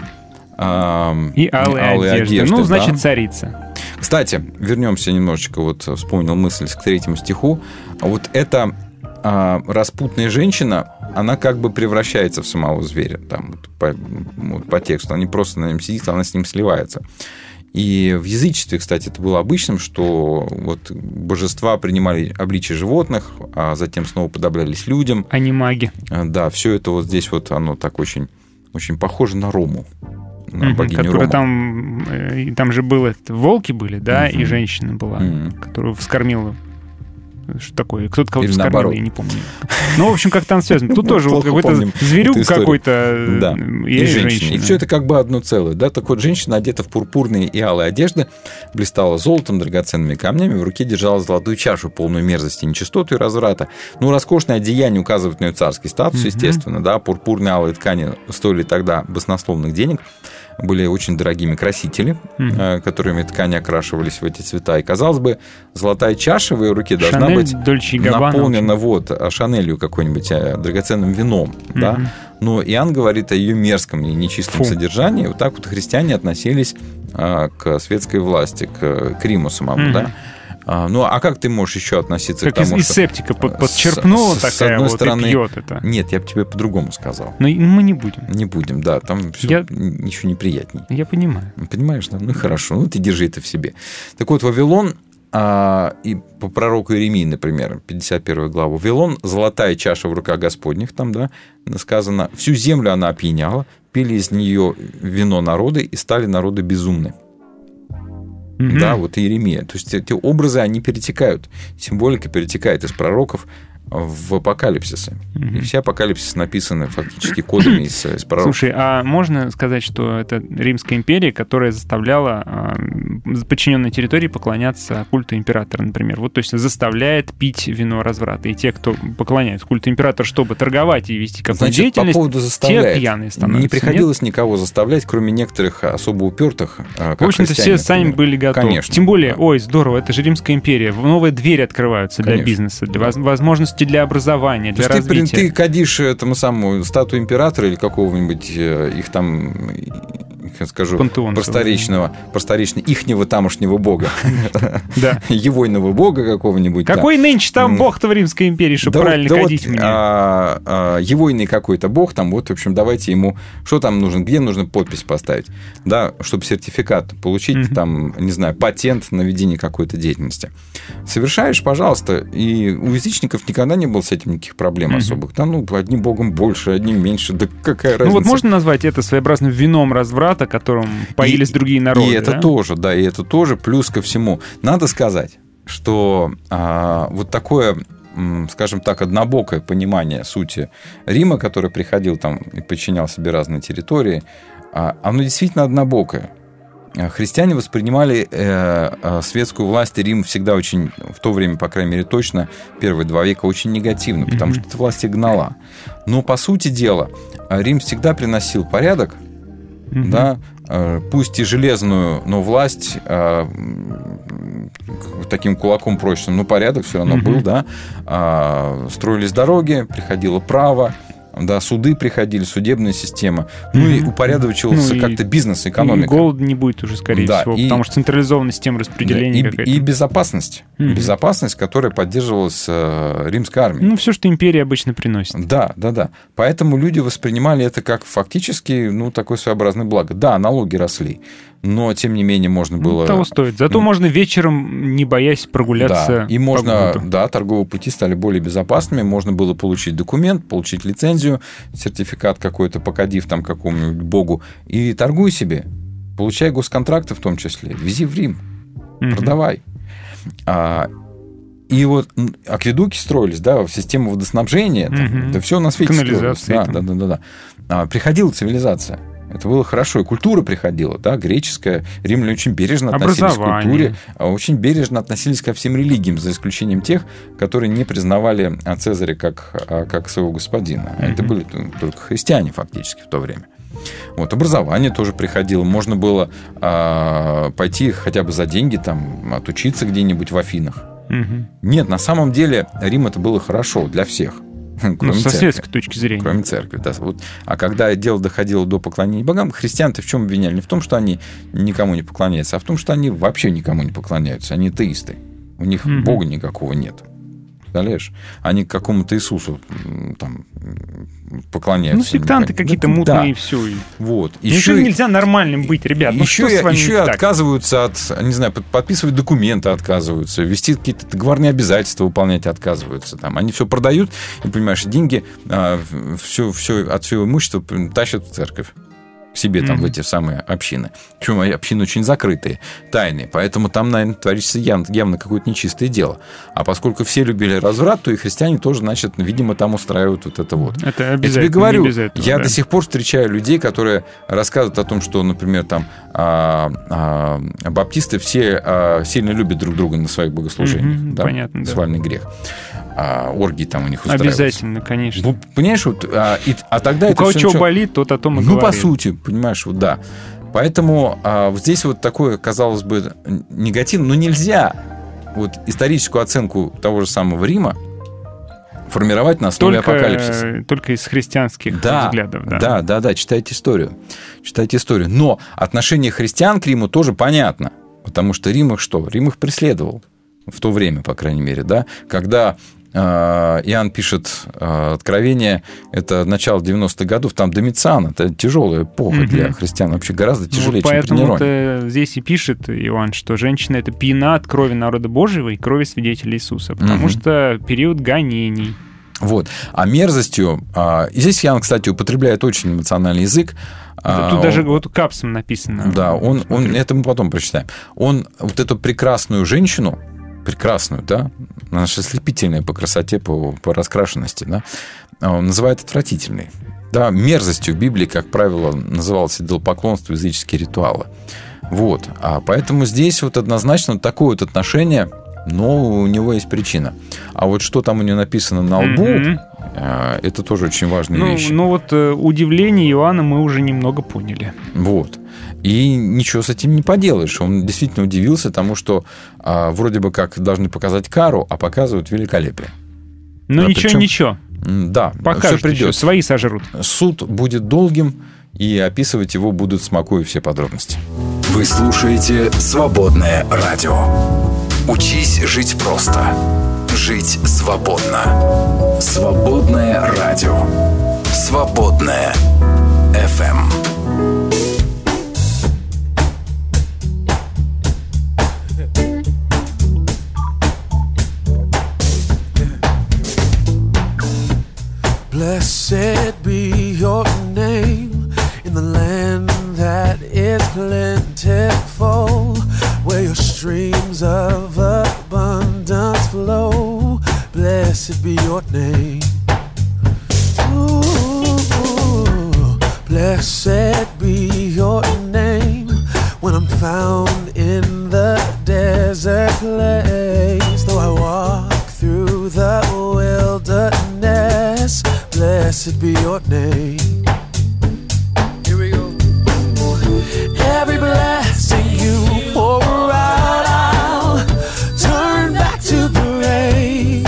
и алые одежды. Ну, значит, царица. Кстати, вернемся немножечко, вот вспомнил мысль к 3 стиху. Вот эта распутная женщина, она как бы превращается в самого зверя, там, по тексту. Она не просто на нем сидит, она с ним сливается. И в язычестве, кстати, это было обычным, что вот божества принимали обличие животных, а затем снова подоблялись людям. Они маги. Да, все это вот здесь вот оно так очень, очень похоже на Рому. На богиню Рому. Там же было, волки были, да, и женщина была, которую вскормила. Что такое? Кто-то кого-то вскормил, я не помню. Ну, в общем, как там связано. Тут тоже какой-то зверюк какой-то и женщина. И все это как бы одно целое. Да? Так вот, женщина, одета в пурпурные и алые одежды, блистала золотом, драгоценными камнями, в руке держала золотую чашу, полную мерзости, нечистоты и разврата. Ну, роскошное одеяние указывает на ее царский статус, естественно. Да? Пурпурные алые ткани стоили тогда баснословных денег. Были очень дорогими красители, которыми ткани окрашивались в эти цвета. И, казалось бы, золотая чаша в ее руке должна быть наполнена Шанелью какой-нибудь, драгоценным вином. Да? Но Иоанн говорит о ее мерзком и нечистом содержании. Вот так вот христиане относились к светской власти, к Риму самому. Да? Ну, а как ты можешь еще относиться как к тому, из септика подчерпнула такая вот стороны, и пьет это? Нет, я бы тебе по-другому сказал. Но мы не будем. Не будем, да, там все еще неприятней. Я понимаю. Понимаешь, да? Ну, хорошо, ну, ты держи это в себе. Так вот, Вавилон, и по пророку Иеремии, например, 51 главу, Вавилон, золотая чаша в руках Господних, там, да, сказано, всю землю она опьяняла, пили из нее вино народы и стали народы безумны. Да, вот Иеремия. То есть эти образы, они перетекают. Символика перетекает из пророков в апокалипсисы. И все апокалипсисы написаны фактически кодами из пророков. Слушай, а можно сказать, что это Римская империя, которая заставляла подчиненной территории поклоняться культу императора, например? Вот, то есть заставляет пить вино разврата. И те, кто поклоняется культу императора, чтобы торговать и вести какую-то деятельность, по поводу заставляет. те пьяные становятся. Не приходилось никого заставлять, кроме некоторых особо упертых, как в общем-то, христиане, все сами были готовы. Конечно. Тем более, ой, здорово, это же Римская империя. Новые двери открываются для бизнеса, для возможностей для образования, для развития. Ты кадишь этому самому статую императора или какого-нибудь их там, я скажу, просторечно ихнего тамошнего бога. Да. Егойного бога какого-нибудь. Какой нынче там бог-то в Римской империи, чтобы правильно кадить меня? Егойный какой-то бог, там вот, в общем, давайте ему, что там нужно, где нужно подпись поставить, да, чтобы сертификат получить, там, не знаю, патент на ведение какой-то деятельности. Совершаешь, пожалуйста, и у язычников никогда не было с этим никаких проблем особых. Да, ну, одним богом больше, одним меньше, да какая разница? Ну, вот можно назвать это своеобразным вином разврата, которым поились другие народы, И это тоже, да, и это тоже плюс ко всему. Надо сказать, что вот такое, скажем так, однобокое понимание сути Рима, который приходил там и подчинял себе разные территории, оно действительно однобокое. Христиане воспринимали светскую власть, и Рим всегда очень, в то время, по крайней мере, точно, первые 2 века, очень негативно, потому что эта власть их гнала. Но, по сути дела, Рим всегда приносил порядок, да, пусть и железную, но власть таким кулаком прочным, но порядок все равно был, да. Строились дороги, приходило право, да, суды приходили, судебная система. Ну и упорядочивался как-то бизнес, экономика. И голод не будет уже, скорее всего, потому что централизованная система распределения какая-то. И безопасность. Безопасность, которая поддерживалась римской армией. Ну, все, что империя обычно приносит. Да. Поэтому люди воспринимали это как фактически, ну, такое своеобразное благо. Да, налоги росли, но, тем не менее, можно было... Того стоит. Зато можно вечером, не боясь, прогуляться. Да, и можно, торговые пути стали более безопасными, можно было получить документ, получить лицензию, сертификат какой-то, покадив там какому-нибудь богу, и торгуй себе, получай госконтракты в том числе, вези в Рим, продавай. И вот акведуки строились, да, в систему водоснабжения, там, да все на свете строилось. Да. Приходила цивилизация. Это было хорошо. И культура приходила, да, греческая. Римляне очень бережно относились к культуре, очень бережно относились ко всем религиям, за исключением тех, которые не признавали Цезаря как своего господина. Это были только христиане фактически в то время. Вот, образование тоже приходило. Можно было пойти хотя бы за деньги, там, отучиться где-нибудь в Афинах. Нет, на самом деле Рим это было хорошо для всех. Со светской точки зрения. Кроме церкви, да. Вот. А когда дело доходило до поклонения богам, христиан-то в чем обвиняли? Не в том, что они никому не поклоняются, а в том, что они вообще никому не поклоняются. Они атеисты. У них бога никакого нет. Представляешь? Они к какому-то Иисусу там поклоняются. Ну, сектанты какие-то мутные, и все. Вот. Еще нельзя нормальным быть, ребят. Еще и отказываются от, не знаю, подписывать документы отказываются, вести какие-то договорные обязательства выполнять отказываются. Там. Они все продают, и, понимаешь, деньги все от всего имущества тащат в церковь. К себе там в эти самые общины. Причем общины очень закрытые, тайные. Поэтому там, наверное, творится явно какое-то нечистое дело. А поскольку все любили разврат, то и христиане тоже, значит, видимо, там устраивают вот это вот. Это обязательно. Я тебе говорю, я да. до сих пор встречаю людей, которые рассказывают о том, что, например, там баптисты все сильно любят друг друга на своих богослужениях. Да? Понятно, да. Свальный грех. Оргии там у них устраиваются. Обязательно, конечно. Ну, понимаешь, вот, тогда у это кого все... что болит, тот о том и говорит. говорит. По сути, понимаешь, вот да. Поэтому вот здесь вот такое, казалось бы, негативно, но нельзя вот историческую оценку того же самого Рима формировать на основе апокалипсиса. Только из христианских взглядов. Да, читайте историю. Но отношение христиан к Риму тоже понятно, потому что Рим их что? Рим их преследовал в то время, по крайней мере, да, когда Иоанн пишет Откровение, это начало 90-х годов, там Домициан, это тяжелая эпоха для христиан, вообще гораздо тяжелее, чем при Нероне. Поэтому здесь и пишет Иоанн, что женщина – это пьяна от крови народа Божьего и крови свидетелей Иисуса, потому что период гонений. Вот. А мерзостью... Здесь Ян, кстати, употребляет очень эмоциональный язык. Тут даже вот капсом написано. Да, это мы потом прочитаем. Он вот эту прекрасную женщину, прекрасную, да, наша ослепительная по красоте, по раскрашенности, да, он называет отвратительной. Да, мерзостью в Библии, как правило, называлось идолопоклонство, языческие ритуалы. Вот. А поэтому здесь вот однозначно такое вот отношение, но у него есть причина. А вот что там у него написано на лбу, это тоже очень важная вещь. Ну вот удивление Иоанна мы уже немного поняли. Вот. И ничего с этим не поделаешь. Он действительно удивился тому, что вроде бы как должны показать кару, а показывают великолепие. Ну ничего. Да, покажут все придет. Свои сожрут. Суд будет долгим, и описывать его будут смакуя все подробности. Вы слушаете «Свободное радио». Учись жить просто. Жить свободно. «Свободное радио». «Свободное FM». Blessed be your name in the land that is plentiful, where your streams of abundance flow. Blessed be your name. Ooh, blessed be your name when I'm found in the desert place. Though I walk through the wilderness, blessed be your name. Here we go. Every blessing you pour out, I'll turn back to praise.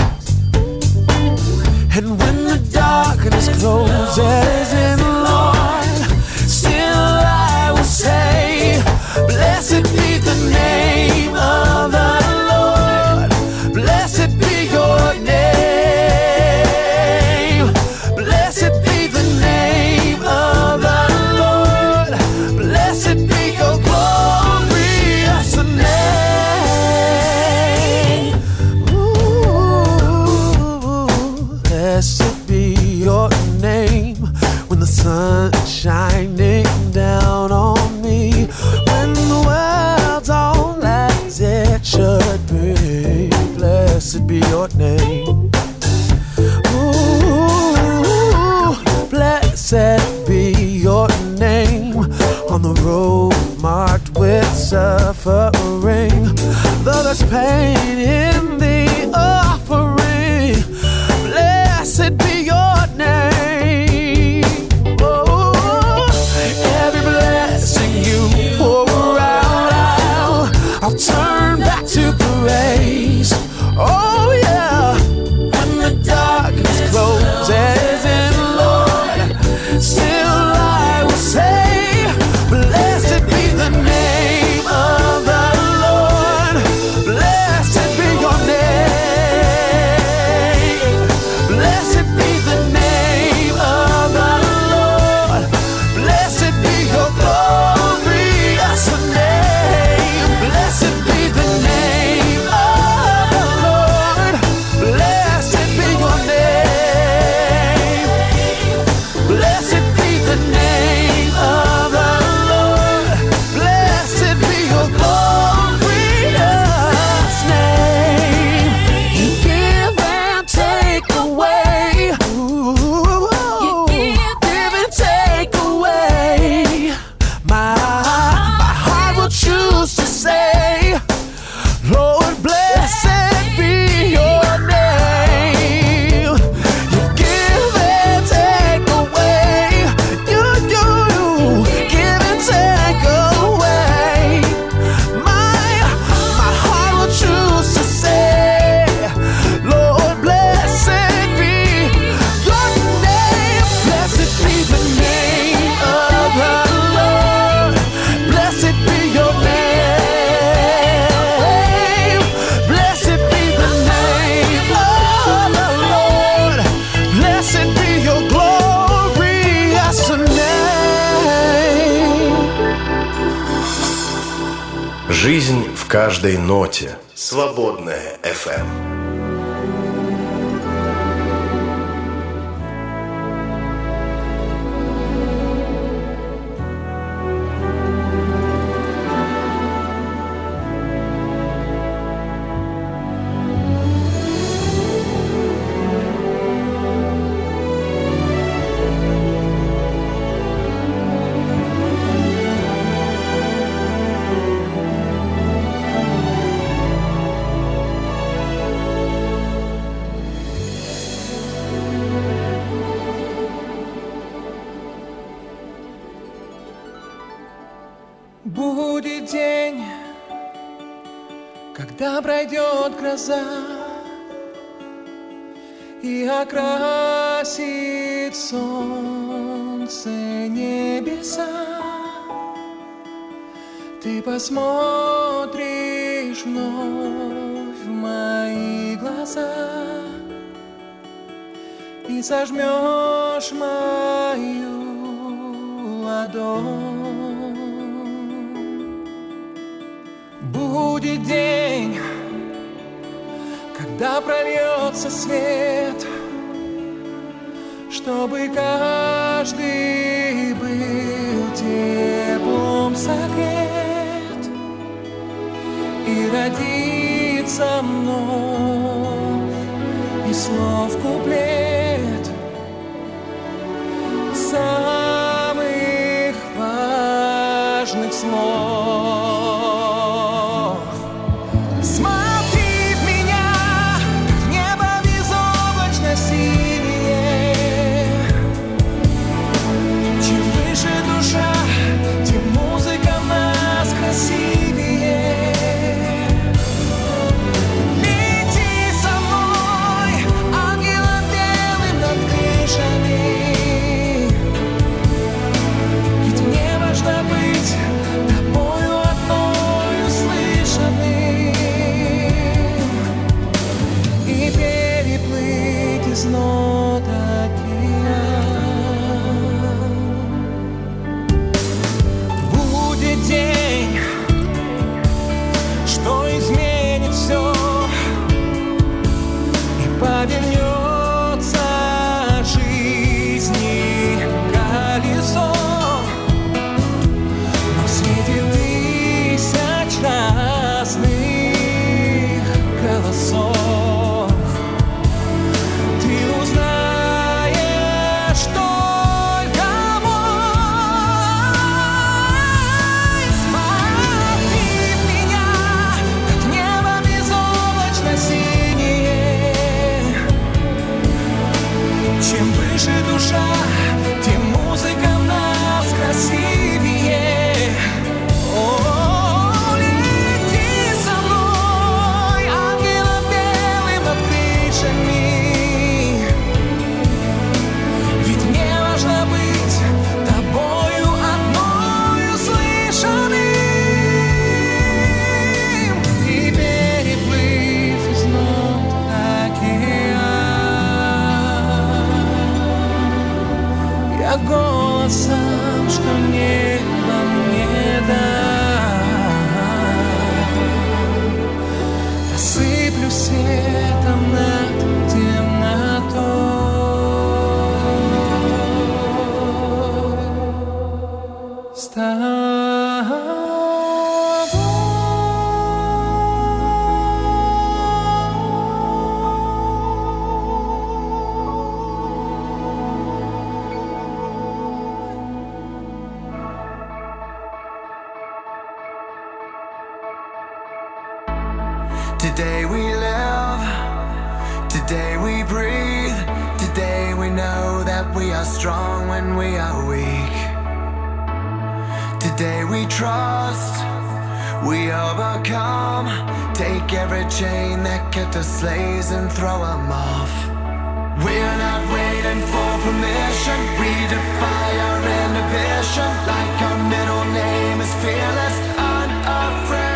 And when the darkness closes in, Lord, still I will say, blessed be the name of the Lord. Blessed be your name. Sun shining down on me when the world's all as it should be. Blessed be your name. Ooh, blessed be your name on the road marked with suffering. Though there's pain in the offering, blessed be your name. I'll turn back to praise. Oh yeah. When the darkness closes in, Lord, still I will say, blessed be the name of the Lord. Blessed be your name. Blessed be the name of the Lord. Blessed be your glorious name. Blessed be the name of the Lord. Blessed be your name. Blessed be the name of the Lord. Blessed be your glorious name. You give and take away. You give and take away. My heart will choose to say, Lord, blessed be your name. You give and take away. You give and take away. My heart will choose to say, Lord, blessed be your name. Blessed be the name of the Lord. Blessed be your name. Blessed be the name of the Lord. Blessed be your glorious name. Жизнь в каждой ноте. Свободное FM. день, когда пройдет гроза и окрасит солнце небеса, ты посмотришь вновь в мои глаза и сожмешь мою ладонь. Будет день, когда прольется свет, чтобы каждый был теплом согрет, и родится вновь из слов куплет самых важных слов. Смотри в меня, как небо безоблачно синее. Чем выше душа, тем музыка в нас красивее. Лети со мной, ангелом белым над крышами, ведь мне важно быть тобою одной услышанным и переплыть из нот океан. Будет день, что изменит все и повернется жизни колесо. Но среди тысяч разных голосов ты узнаешь только мой. Смотри в меня, как небо безоблачно синее. Чем выше душа, тем музыка в нас красивее. О, лети со мной, ангелом белым над крышами, ведь мне важно быть тобою одной услышанным и переплыв из нот океан. Я голосом, что небо мне даст, посыплю светом над темнотой. С Today we live, today we breathe, today we know that we are strong when we are weak. Today we trust, we overcome, take every chain that kept us slaves and throw them off. We're not waiting for permission, we defy our inhibition, like our middle name is fearless, unafraid.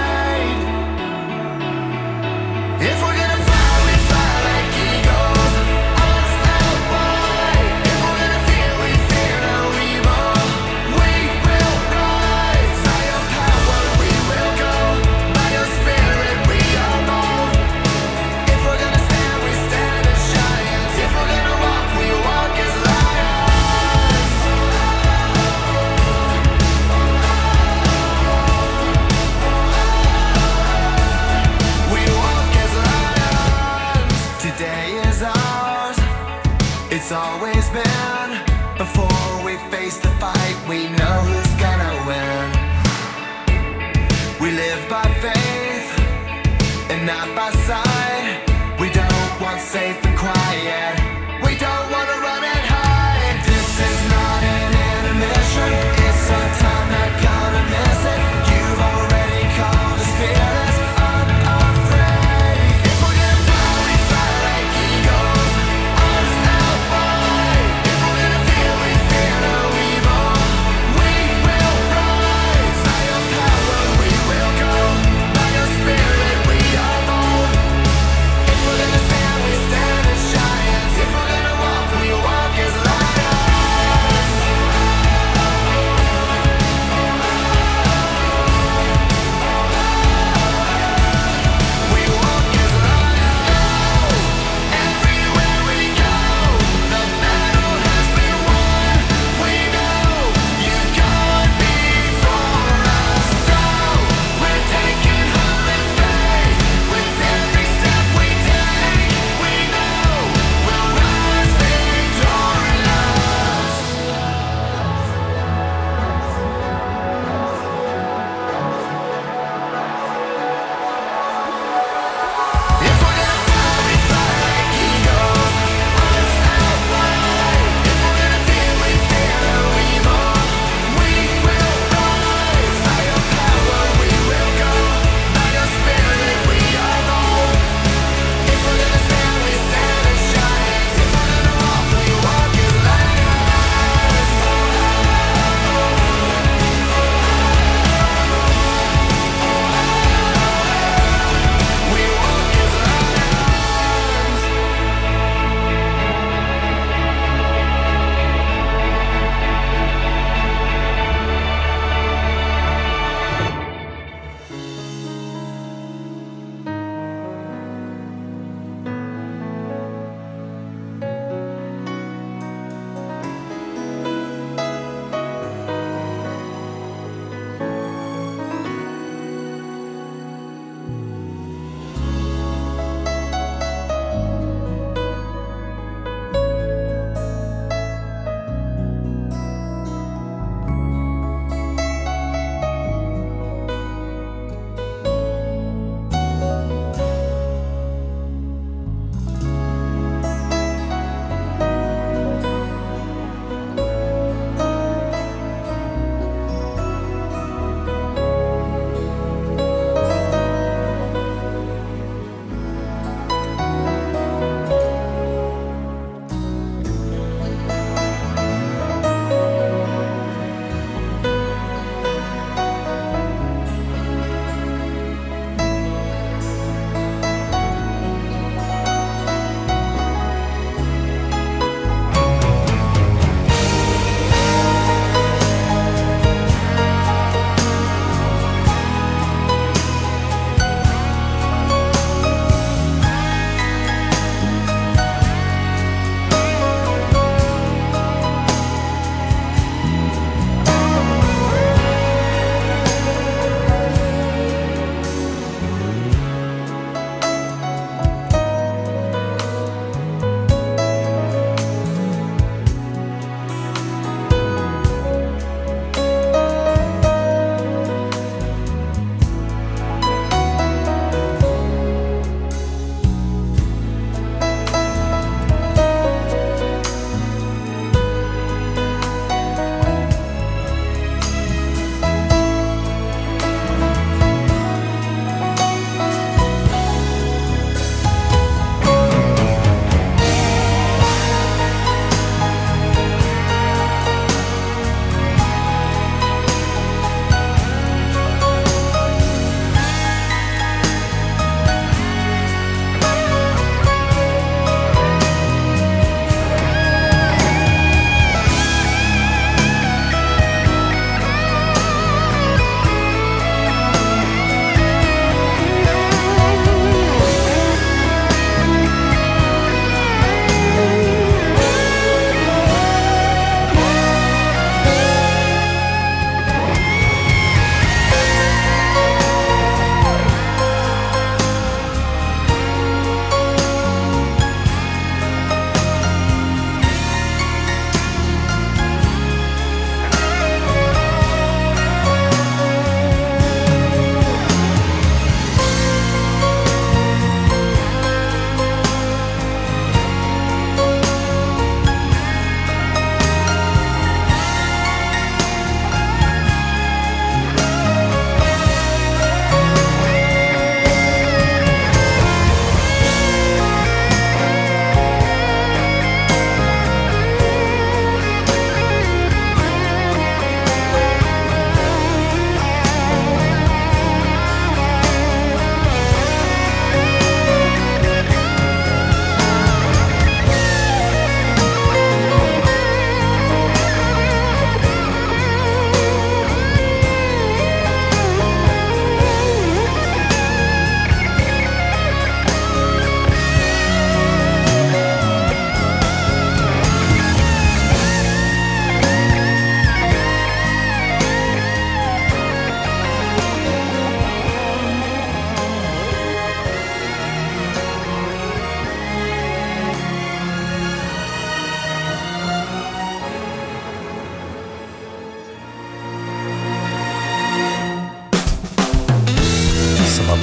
If we're gonna fly, we fly like eagles, unstoppable. If we're gonna fear, we fear no evil. We will rise, by your power we will go, by your spirit we are bold. If we're gonna stand, we stand as giants. If we're gonna walk, we walk as lions. We walk as lions. Today is ours, it's always been. Before we face the fight, we know who's gonna win. We live by faith and not by sight. We don't want safe and quiet, we don't want to run and hide. This is not an intermission, it's our time, not gonna miss it. You've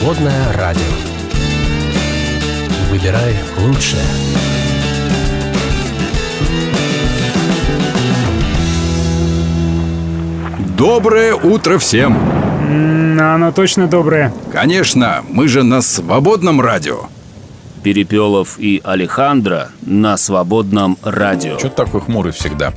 Свободное радио. Выбирай лучшее. Доброе утро всем! Оно точно доброе. Конечно, мы же на Свободном радио. Перепелов и Алехандро на Свободном радио. Чё ты такой хмурый всегда?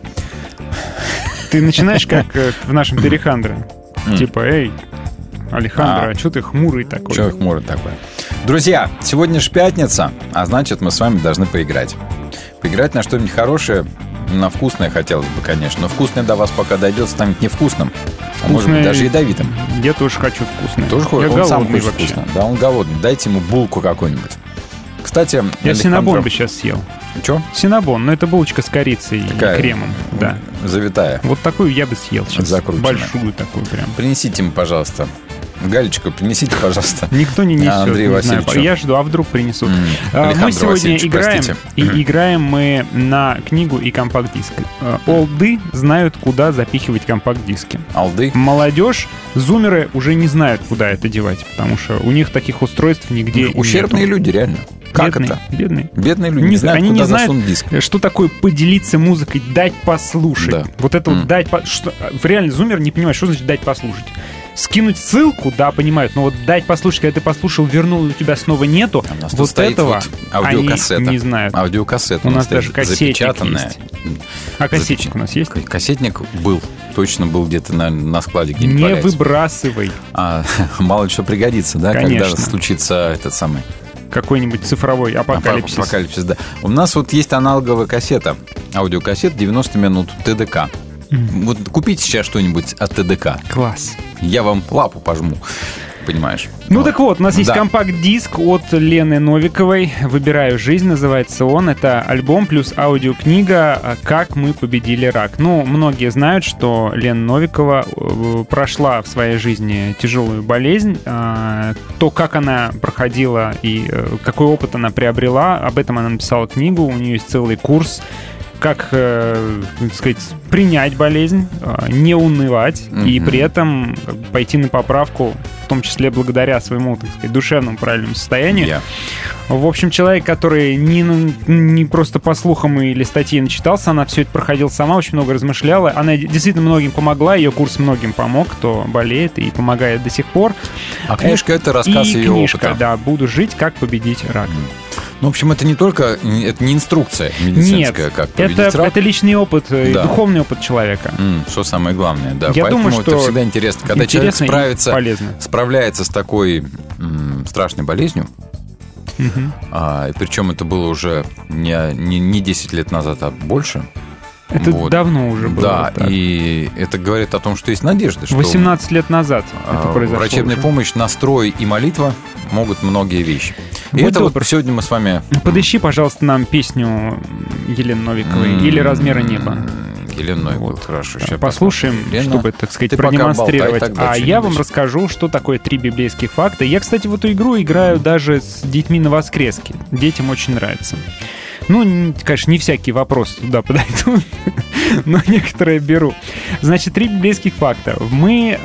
Ты начинаешь как в нашем Перехандро. Типа, эй, Алехандро, а что ты хмурый такой? Чё хмурый такой? Друзья, сегодня же пятница, а значит, мы с вами должны поиграть. Поиграть на что-нибудь хорошее, на вкусное хотелось бы, конечно. Но вкусное до вас пока дойдет, станет невкусным. А может быть, даже ядовитым. Я тоже хочу вкусное. Тоже я он сам хочет вообще. вкусно. Да, он голодный. Дайте ему булку какую-нибудь. Кстати, я синнабон бы сейчас съел. Чё? Синнабон, но это булочка с корицей и кремом. Да. Завитая. Вот такую я бы съел сейчас. Закрученная. Большую такую прям. Принесите ему, пожалуйста. Галечку принесите, пожалуйста. Никто не несет. Андрею Васильевичу. Я жду, а вдруг принесут. Александр Мы сегодня Васильевич, играем, простите. и играем мы на книгу и компакт-диск. Олды знают, куда запихивать компакт-диски. Олды? Молодежь, зумеры уже не знают, куда это девать, потому что у них таких устройств нигде Ущербные нету. люди, реально. Как бедные, это? Бедные. Бедные люди не знают, они куда не знают, засунуть диск. что такое поделиться музыкой, дать послушать. Да. Вот это вот дать... Реально, зумер не понимает, что значит дать послушать. Скинуть ссылку, да, понимают, но вот дать послушать, когда ты послушал, вернул, и у тебя снова нету, У нас тут вот стоит этого вот аудиокассета. они не знают. Аудиокассета У нас стоит даже кассетник запечатанная. есть. А кассетник у нас есть? Кассетник был. Точно был где-то на складе где-нибудь Не валяется. выбрасывай. Мало ли что пригодится, да, Конечно. когда случится этот самый... Какой-нибудь цифровой апокалипсис. Апокалипсис, да. У нас вот есть аналоговая кассета. Аудиокассета 90 минут ТДК. Вот купите сейчас что-нибудь от ТДК. Класс. Я вам лапу пожму. Понимаешь? Ну так вот, у нас есть Да. компакт-диск от Лены Новиковой. «Выбираю жизнь» называется он. Это альбом плюс аудиокнига «Как мы победили рак». Ну, многие знают, что Лена Новикова прошла в своей жизни тяжелую болезнь. То, как она проходила и какой опыт она приобрела, об этом она написала книгу. У нее есть целый курс, как, так сказать, принять болезнь, не унывать и при этом пойти на поправку, в том числе благодаря своему, так сказать, душевному правильному состоянию. В общем, человек, который не просто по слухам или статье начитался, она все это проходила сама, очень много размышляла. Она действительно многим помогла, ее курс многим помог, кто болеет и помогает до сих пор. А книжка — это рассказ ее книжка, опыта. да, «Буду жить, как победить рак». Ну, в общем, это не только, это не инструкция медицинская, Нет, как победить рак. это личный опыт, и Да. духовный опыт человека. Что самое главное, да. Я Поэтому думаю, что это всегда интересно. Когда человек интересно и полезно. справляется с такой страшной болезнью, и причем это было уже не 10 лет назад, а больше. Это давно уже было. Да, так. и это говорит о том, что есть надежда. Что 18 лет назад это произошло. врачебная уже. помощь, настрой и молитва могут многие вещи. И Будь это добр. вот сегодня мы с вами... Подыщи, пожалуйста, нам песню Елены Новиковой или «Размера неба». Елена Новикова, хорошо. Сейчас Послушаем, Лена, чтобы, так сказать, ты пока продемонстрировать. болтай, тогда А что-нибудь. я вам расскажу, что такое 3 библейских факта. Я, кстати, в эту игру играю даже с детьми на воскреске. Детям очень нравится. Ну, конечно, не всякие вопросы туда подойдут, но некоторые беру. Значит, 3 библейских факта. Мы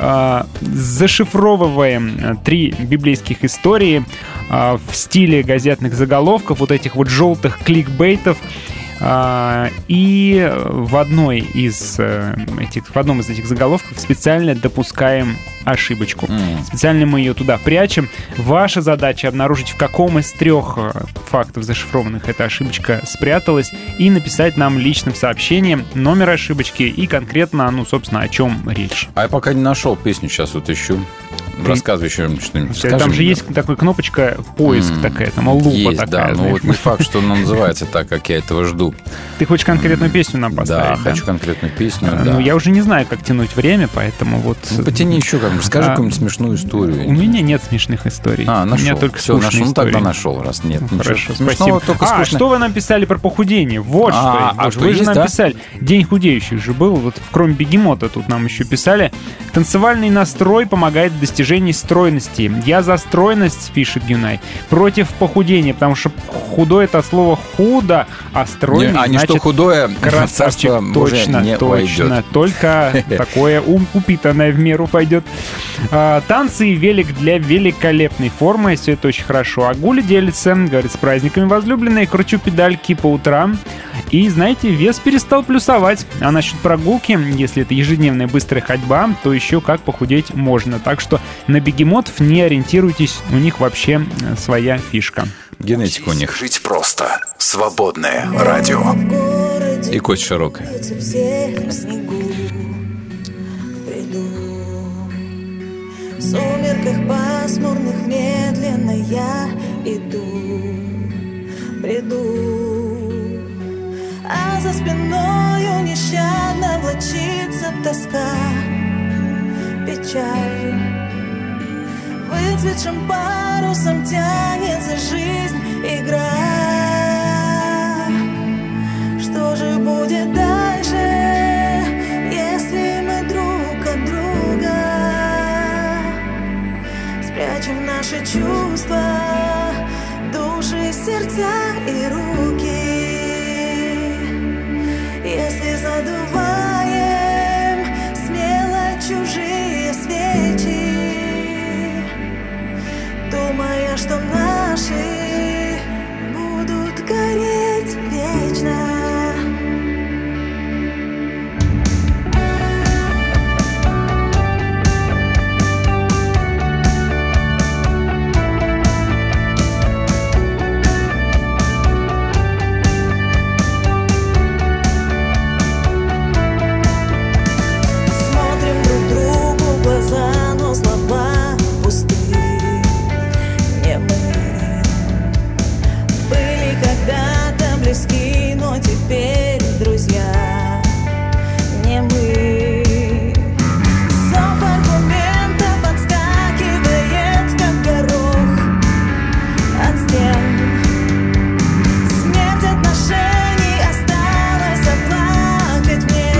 зашифровываем 3 библейских истории в стиле газетных заголовков, вот этих вот желтых кликбейтов. И в одном из этих заголовков специально допускаем ошибочку. Специально мы ее туда прячем. Ваша задача обнаружить, в каком из 3 фактов зашифрованных эта ошибочка спряталась, и написать нам личным сообщением номер ошибочки и конкретно, собственно, о чем речь. А я пока не нашел песню, сейчас вот ищу. Рассказывай еще что-нибудь. Скажи Там же мне. есть такая кнопочка «Поиск» такая, там лупа Есть, такая. да, но знаешь. вот не факт, что она называется так, как я этого жду. Ты хочешь конкретную песню нам поставить? Да, хочу конкретную песню, да. Ну, я уже не знаю, как тянуть время, поэтому вот... Ну, потяни еще как-нибудь, скажи какую-нибудь смешную историю. У меня нет смешных историй. У нашел. меня только Всё, скучные нашел. Ну, истории. тогда нашел, раз нет. Ну, Хорошо, смешного спасибо. только скучно. Что вы нам писали про похудение? Вот что. что Вы же есть, нам да? писали. День худеющих же был. Вот кроме бегемота тут нам еще писали. Танцевальный настрой помогает в достижении стройности. Я за стройность, пишет Гюнай, против похудения, потому что худой — это от слова худо, а стройный Они значит что худое в красавчик, царство Божие не точно. войдет. Только такое упитанное в меру пойдет. Танцы и велик для великолепной формы. Все это очень хорошо. А Гуля делится, говорит, с праздниками возлюбленной. Кручу педальки по утрам. И, знаете, вес перестал плюсовать. А насчет прогулки, если это ежедневная быстрая ходьба, то еще как похудеть можно. Так что на бегемотов не ориентируйтесь. У них вообще своя фишка. Генетика у них. Жить просто. Свободное радио. И кость широкая. В сумерках пасмурных медленно я иду, бреду, а за спиною нещадно влачится тоска, печаль. Выцветшим парусом тянется жизнь, игра. Что же будет дальше, если мы друг от друга спрячем наши чувства, души, сердца и руки? Если задуваем смело чужие свечи, думая, что наши будут гореть вечно. Смотрим друг другу в глаза, но слова пустые. Не мы были когда-то близки, но теперь друзья. Не мы. Зов аргументов подскакивает, как горох от стен. Смерть отношений осталась оплакать мне.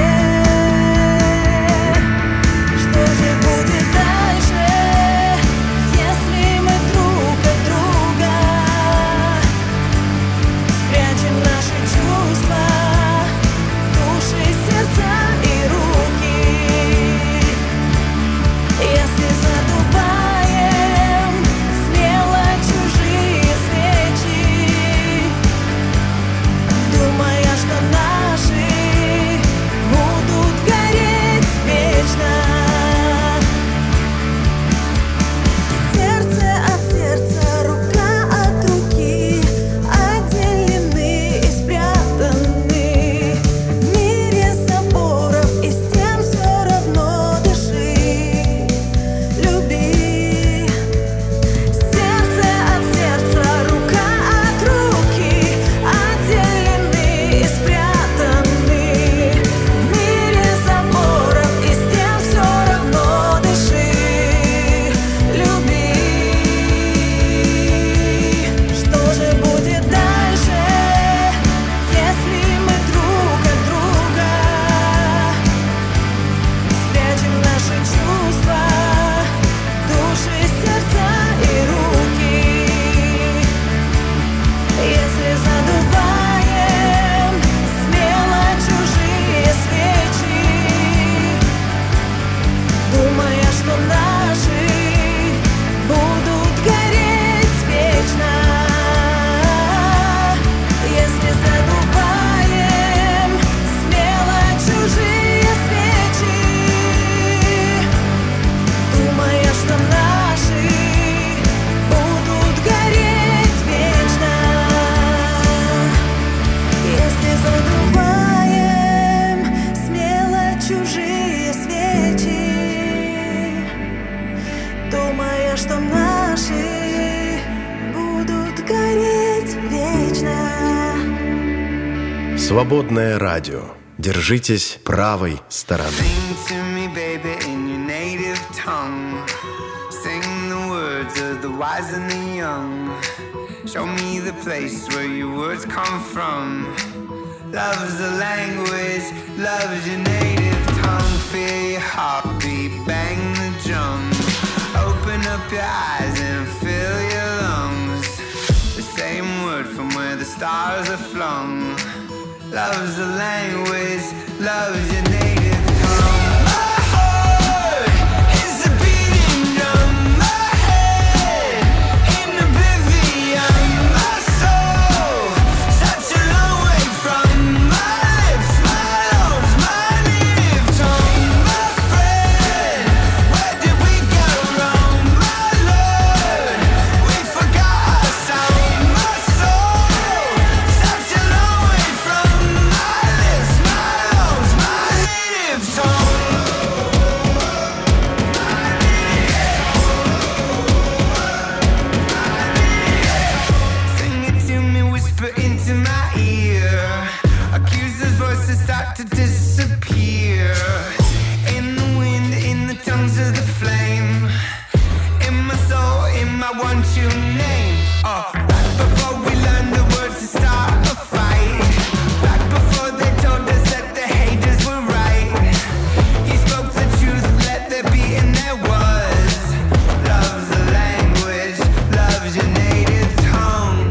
Что же будет дальше, если мы друг от друга спрячем наши чувства, души, сердца и руки? Если задуваем смело чужие свечи, думая, что наши будут гореть вечно. Сердце от сердца, рука от руки, отделены и спрятаны в мире заборов, и с тем все равно дыши, люби. Сердце от сердца, рука от руки, отделены и спрятаны в мире заборов, и с тем все равно дыши, люби. Что же будет дальше, если мы друг от друга спрячем наши чувства, души, сердца и руки? Если задуваем смело чужие свечи, думая, что наши будут гореть вечно. Если задуваем смело чужие свечи, думая, что наши будут гореть вечно. Если задуваем смело чужие свечи, думая, что наши будут гореть вечно. Свободное радио. Держитесь правой стороны. Sing to me, baby, in your native tongue. Sing the words of the wise and the young. Show me the place where your words come from. Love's the language, love's your native tongue. Feel your heartbeat, bang the drum. Open up your eyes and fill your lungs. The same word from where the stars are flung. loves the language, loves your native tongue. My heart is a beating drum. My head in oblivion. My soul such a long way from my lips, my lungs, my native tongue. My friend, where did we go wrong? My lord, we forgot our sound. My soul such a long way from my lips, my lungs, my native tongue. Sing it to me, whisper into my ear. Accusers' voices start to disappear. In the wind, in the tongues of the flame. In my soul, in my one true name. Back before we learned the words to start a fight. Back before they told us that the haters were right. You spoke the truth, let there be, and there was. Love's the language, love's your native tongue.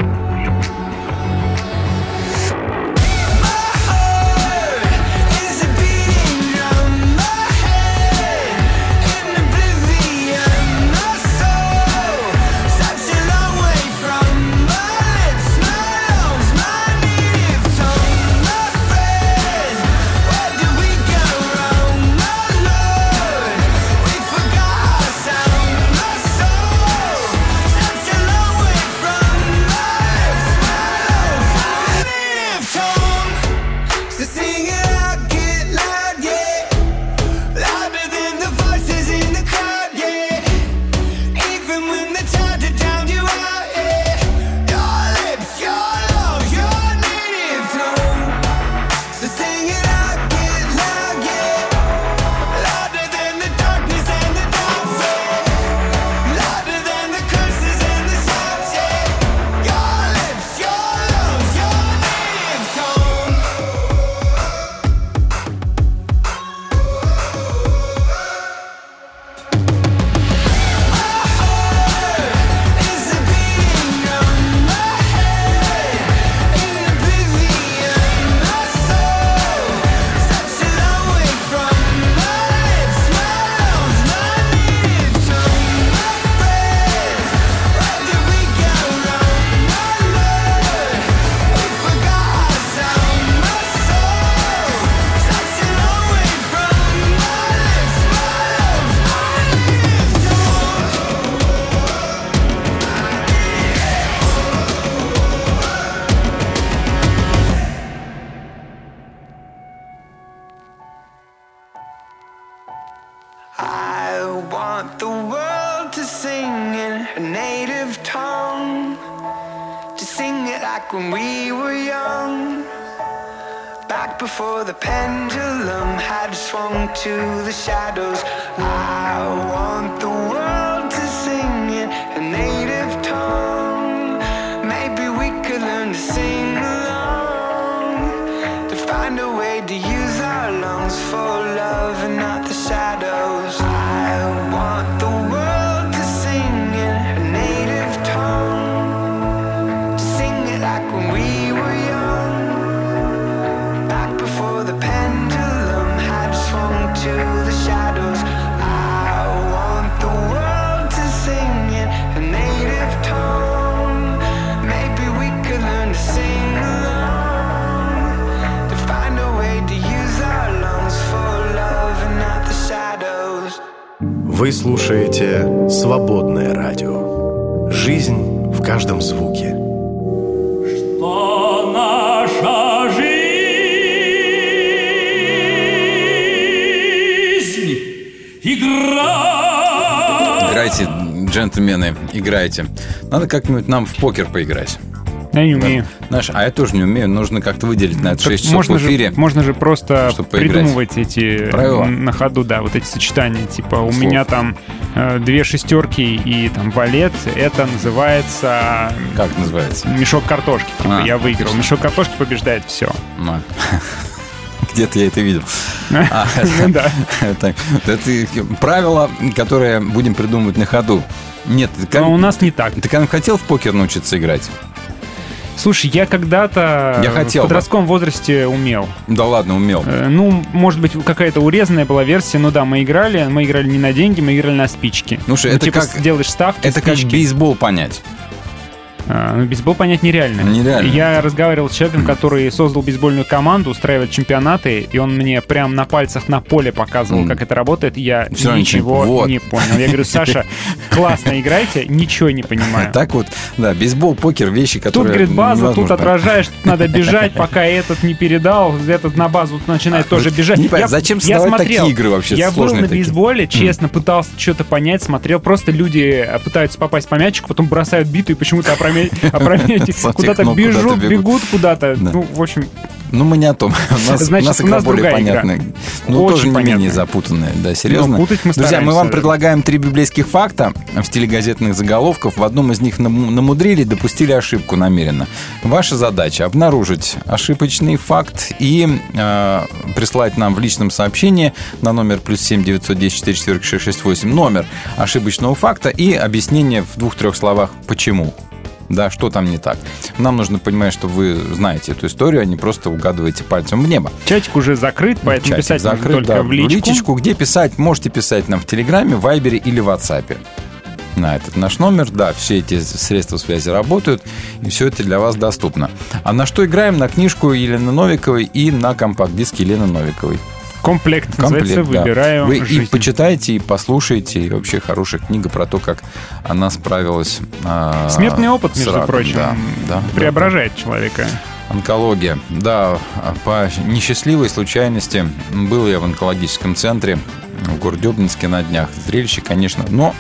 My heart is a beating drum. My head in oblivion. My soul such a long way from my lips, my lungs, my native tongue. My friend, where did we go wrong? My lord, we forgot our sound. My soul such a long way from my lips, my lungs, my native tongue. So sing it out, get loud, yeah. Louder than the voices in the crowd, yeah. Even when they try to drown you out, yeah. Your lips, your lungs, your native tongue. So sing it out, get loud, yeah. Louder than the darkness and the doubts, yeah. Louder than the curses and the shouts, yeah. Your lips, your lungs, your native tongue. Is a beating drum. My head in oblivion. My soul such a long way from my lips, my lungs, my native tongue. My friends, where did we go wrong? My lord, we forgot our sound. My soul such a long way from my lips, my lungs, my native tongue. I want the world to sing in her native tongue, to sing it like when we were young, back before the pendulum had swung to the shadows. I want the world to sing in her native tongue. Maybe we could learn to sing along, to find a way to use our lungs for love and not the shadows. I want the world to sing in her native tongue, to sing it like when we were young, back before the pendulum had swung to the shadows. I want the world to sing in her native tongue. Maybe we could learn to sing along, to find a way to use our lungs for love and not the shadows. Вы слушаете «Свободное радио». Жизнь в каждом звуке. Наша жизнь игра. Играйте, джентльмены, играйте. Надо как-нибудь нам в покер поиграть. Я не умею. Знаешь, а я тоже не умею. Нужно как-то выделить на это 6 часов можно в эфире. Можно же просто чтобы поиграть. придумывать эти правила на ходу, да, вот эти сочетания. Типа у меня там 2 шестерки и там валет. Это называется... Как называется? Мешок картошки. Типа я выиграл. Отлично. Мешок картошки побеждает все. Где-то я это видел. Да. Это правила, которые будем придумывать на ходу. Нет, но у нас не так. Ты когда хотел в покер научиться играть? Слушай, я когда-то в подростковом возрасте умел. Да ладно, умел. Ну, может быть, какая-то урезанная была версия, но да, мы играли не на деньги, мы играли на спички. Ну, что, это типа как... делаешь ставки, Это спички. как бейсбол понять. Ну, бейсбол понять нереально. Я разговаривал с человеком, который создал бейсбольную команду, устраивает чемпионаты, и он мне прям на пальцах на поле показывал, как это работает. Я ничего не понял. Я говорю: Саша, классно играете, ничего не понимаю. Так вот, да, бейсбол, покер, вещи, которые... Тут, говорит, база, невозможно тут отражаешь, тут надо бежать, пока этот не передал, этот на базу начинает тоже бежать. Не понятно, зачем создавать такие игры вообще Я был сложные на бейсболе, честно, пытался что-то понять, смотрел. Просто люди пытаются попасть по мячику, потом бросают биту и почему-то опрометчиво куда-то бегут куда-то. Да. Ну, в общем... Ну, мы не о том. Значит, у нас более понятная. Но тоже не понятная. менее запутанная. Да, серьезно. Путать мы Друзья, мы вам стараемся. предлагаем 3 библейских факта в стиле газетных заголовков. В одном из них намудрили, допустили ошибку намеренно. Ваша задача — обнаружить ошибочный факт и прислать нам в личном сообщении на номер +7 910 44 668 номер ошибочного факта и объяснение в 2-3 словах «почему». Да, что там не так. Нам нужно понимать, что вы знаете эту историю, а не просто угадываете пальцем в небо. Чатик уже закрыт, поэтому Чатик писать закрыт, можно только да, в личку. Где писать? Можете писать нам в Телеграме, Вайбере или Ватсапе. На этот наш номер, да, все эти средства связи работают, и все это для вас доступно. А на что играем? На книжку Елены Новиковой и на компакт-диск Елены Новиковой. Комплект называется, да. выбираю Вы жизнь. и почитайте, и послушайте, и вообще хорошая книга про то, как она справилась Смертный опыт, между раком. прочим, преображает человека. Онкология. Да, по несчастливой случайности был я в онкологическом центре в городе Обнинске на днях. Зрелище, конечно, но,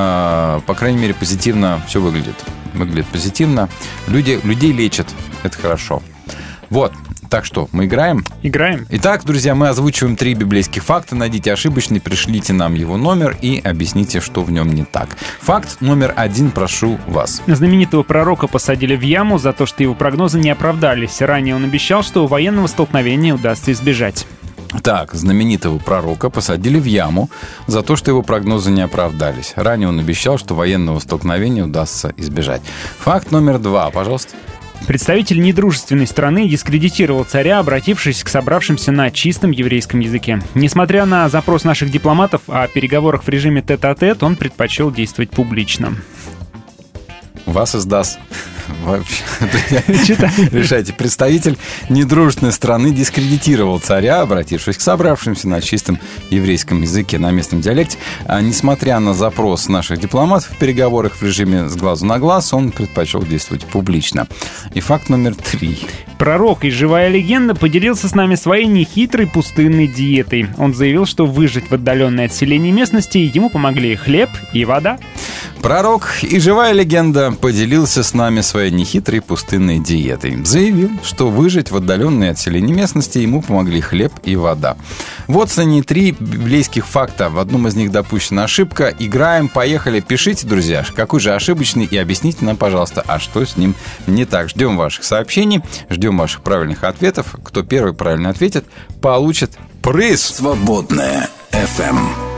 по крайней мере, позитивно все выглядит. Выглядит позитивно. Людей лечат. Это хорошо. Вот. Так что, мы играем? Играем. Итак, друзья, мы озвучиваем 3 библейских факта. Найдите ошибочный, пришлите нам его номер и объясните, что в нем не так. Факт номер 1, прошу вас. Знаменитого пророка посадили в яму за то, что его прогнозы не оправдались. Ранее он обещал, что военного столкновения удастся избежать. Так, знаменитого пророка посадили в яму за то, что его прогнозы не оправдались. Ранее он обещал, что военного столкновения удастся избежать. Факт номер 2, пожалуйста. Представитель недружественной страны дискредитировал царя, обратившись к собравшимся на чистом еврейском языке. Несмотря на запрос наших дипломатов о переговорах в режиме тет-а-тет, он предпочел действовать публично. Вас издаст. Вообще. Решайте. Представитель недружественной страны дискредитировал царя, обратившись к собравшимся на чистом еврейском языке, на местном диалекте. А несмотря на запрос наших дипломатов в переговорах в режиме с глазу на глаз, он предпочел действовать публично. И факт номер 3. Пророк и живая легенда поделился с нами своей нехитрой пустынной диетой. Он заявил, что выжить в отдаленной от селений местности ему помогли хлеб и вода. Пророк и живая легенда поделился с нами своей нехитрой пустынной диетой. Заявил, что выжить в отдаленной от селений местности ему помогли хлеб и вода. Вот они 3 библейских факта. В одном из них допущена ошибка. Играем, поехали. Пишите, друзья, какой же ошибочный, и объясните нам, пожалуйста, а что с ним не так. Ждем ваших сообщений, ждем ваших правильных ответов. Кто первый правильно ответит, получит приз. Свободная FM.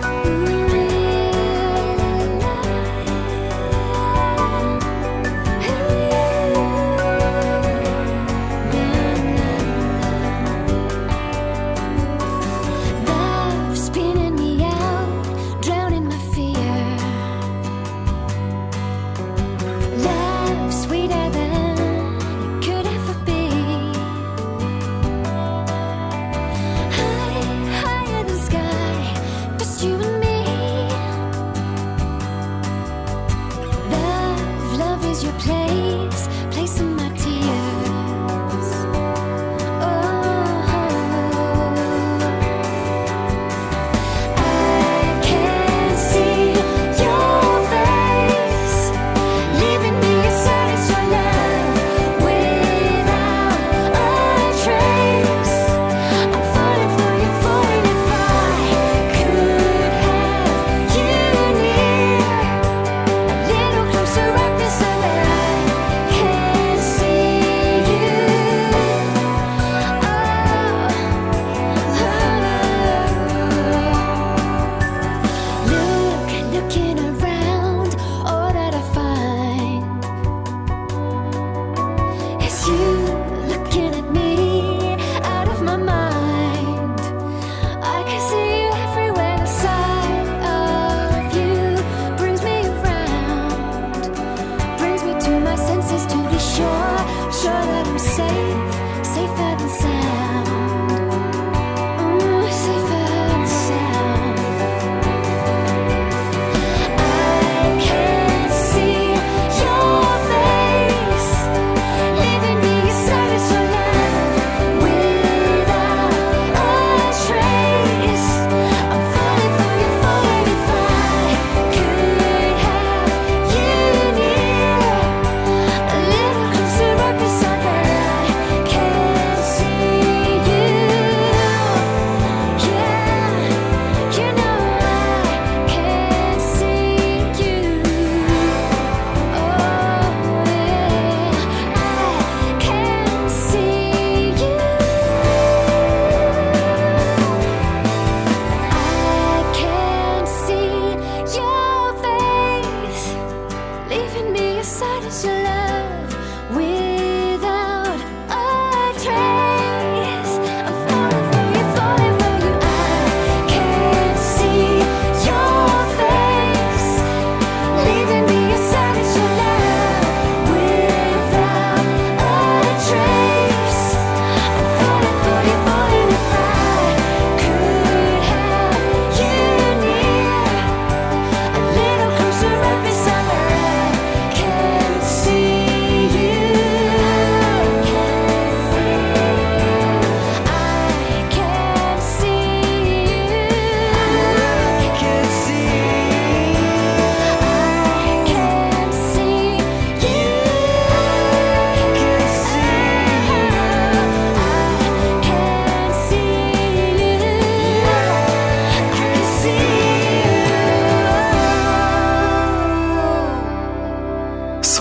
Love spinning me out, drowning my fear. Love sweeter than it could ever be. Higher than sky, just you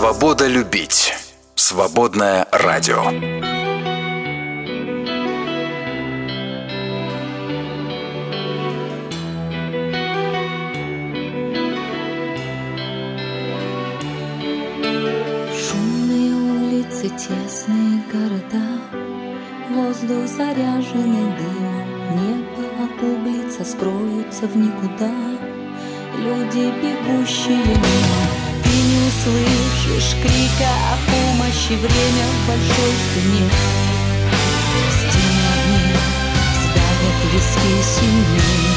Свобода любить. Свободное радио. Шумные улицы, тесные города, воздух заряженный дымом, небо обуглится, скроются в никуда. Люди, бегущие мимо, ты не услышишь крика о помощи, время в большой цене. Стены огни сдавят виски сильнее.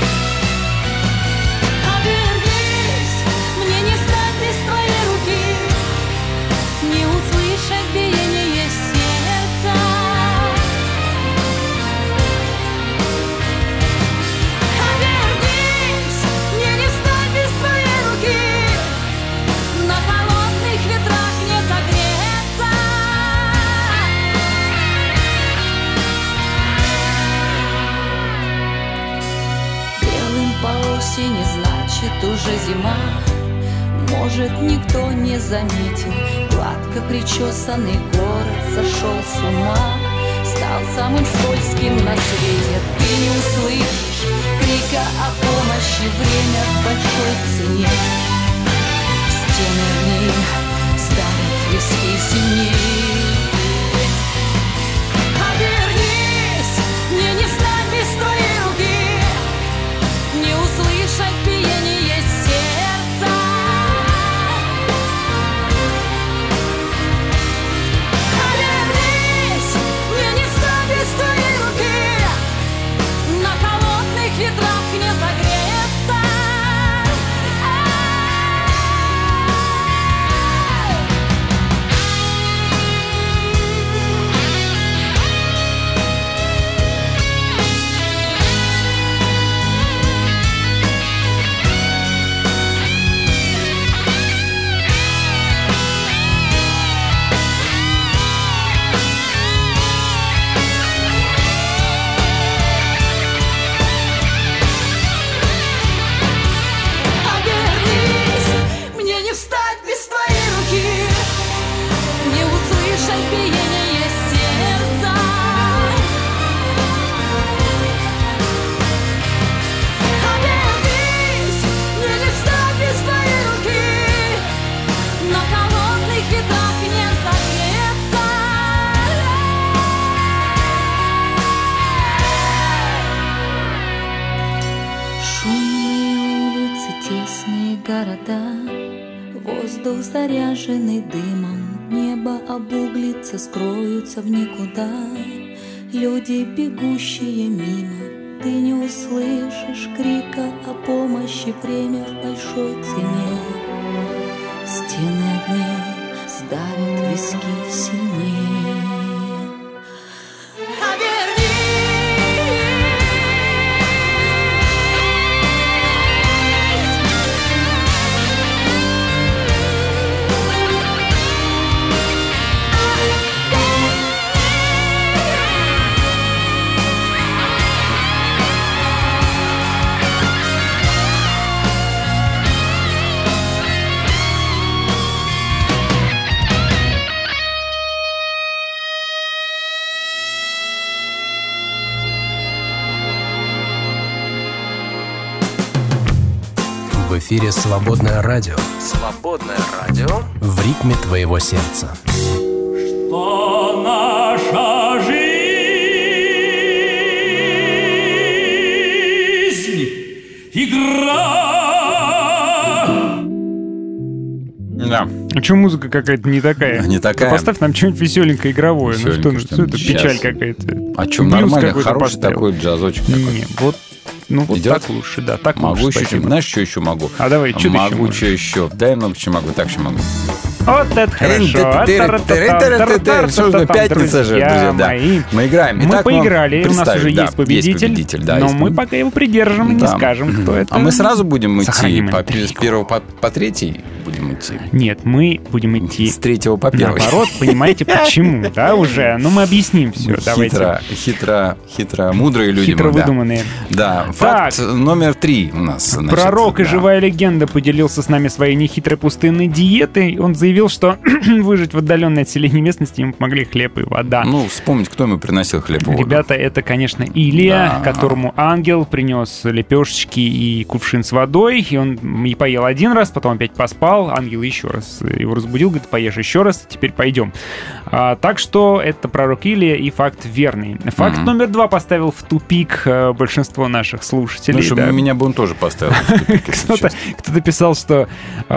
Обернись, мне не стать без твоей руки, не услышать биение сердца. Обернись, мне не стать без твоей руки, на холодных ветрах не согреться. Белым по осени значит уже зима. Может, никто не заметил, гладко причесанный город сошел с ума, стал самым скользким на свете. Ты не услышишь крика о помощи, время в большой цене. Стены огней ставят виски синей. Обернись, мне не встать без твоей руки, не услышать биение сердца. Обернись, мне не встать без твоей руки, на холодных ветрах не согреться. Обернись, мне не встать без твоей руки, не услышать биение сердца. Обернись, мне не встать без твоей руки, на холодных ветрах не согреться. Шумные улицы, тесные города, воздух заряженный дымом, небо обуглится, скроются в никуда. Люди, бегущие мимо, ты не услышишь крика о помощи, время в большой цене. Стены огней сдавят виски сильнее. В эфире «Свободное радио». Свободное радио. В ритме твоего сердца. Что наша жизнь игра. Да. А что музыка какая-то не такая? Не такая. Поставь нам что-нибудь веселенькое, игровое. Веселенькое, Ну что это, печаль какая-то. А что, Блюз нормально, какой-то хороший поставил. такой джазочек. Не, вот, ну вот Идет? так лучше, да, так Могу лучше. еще, спасибо. знаешь, что еще могу? А давай, что ты еще могу, можешь? что еще? Да, я много чего могу, так что могу. Вот это хорошо. Что, пятница же, друзья, да. мои. Мы играем. Мы Итак, поиграли, у нас представим, уже да, есть победитель, да, но есть мы пока его придержим и не Да. скажем, кто это. А мы сразу будем идти Сохраним с интригу. первого по третий? Будем будем идти? Нет, мы будем идти с 3 по 1. Наоборот, понимаете, почему, да, уже? Ну, мы объясним все, давайте. Хитро, мудрые люди. Хитро выдуманные. Да, факт номер 3 у нас. Значит, пророк и живая легенда поделился с нами своей нехитрой пустынной диетой. Он заявил, что выжить в отдаленной от селения местности ему помогли хлеб и вода. Ну, вспомнить, кто ему приносил хлеб и воду. Ребята, это, конечно, Илия, которому ангел принес лепешечки и кувшин с водой, и он и поел один раз, потом опять поспал, ангел еще раз его разбудил, говорит, поешь еще раз, теперь пойдем. Так что это пророк Илия и факт верный. Факт номер 2 поставил в тупик большинство нашших слушателей. Ну, чтобы меня бы он тоже поставил в тупик. Кто-то писал, что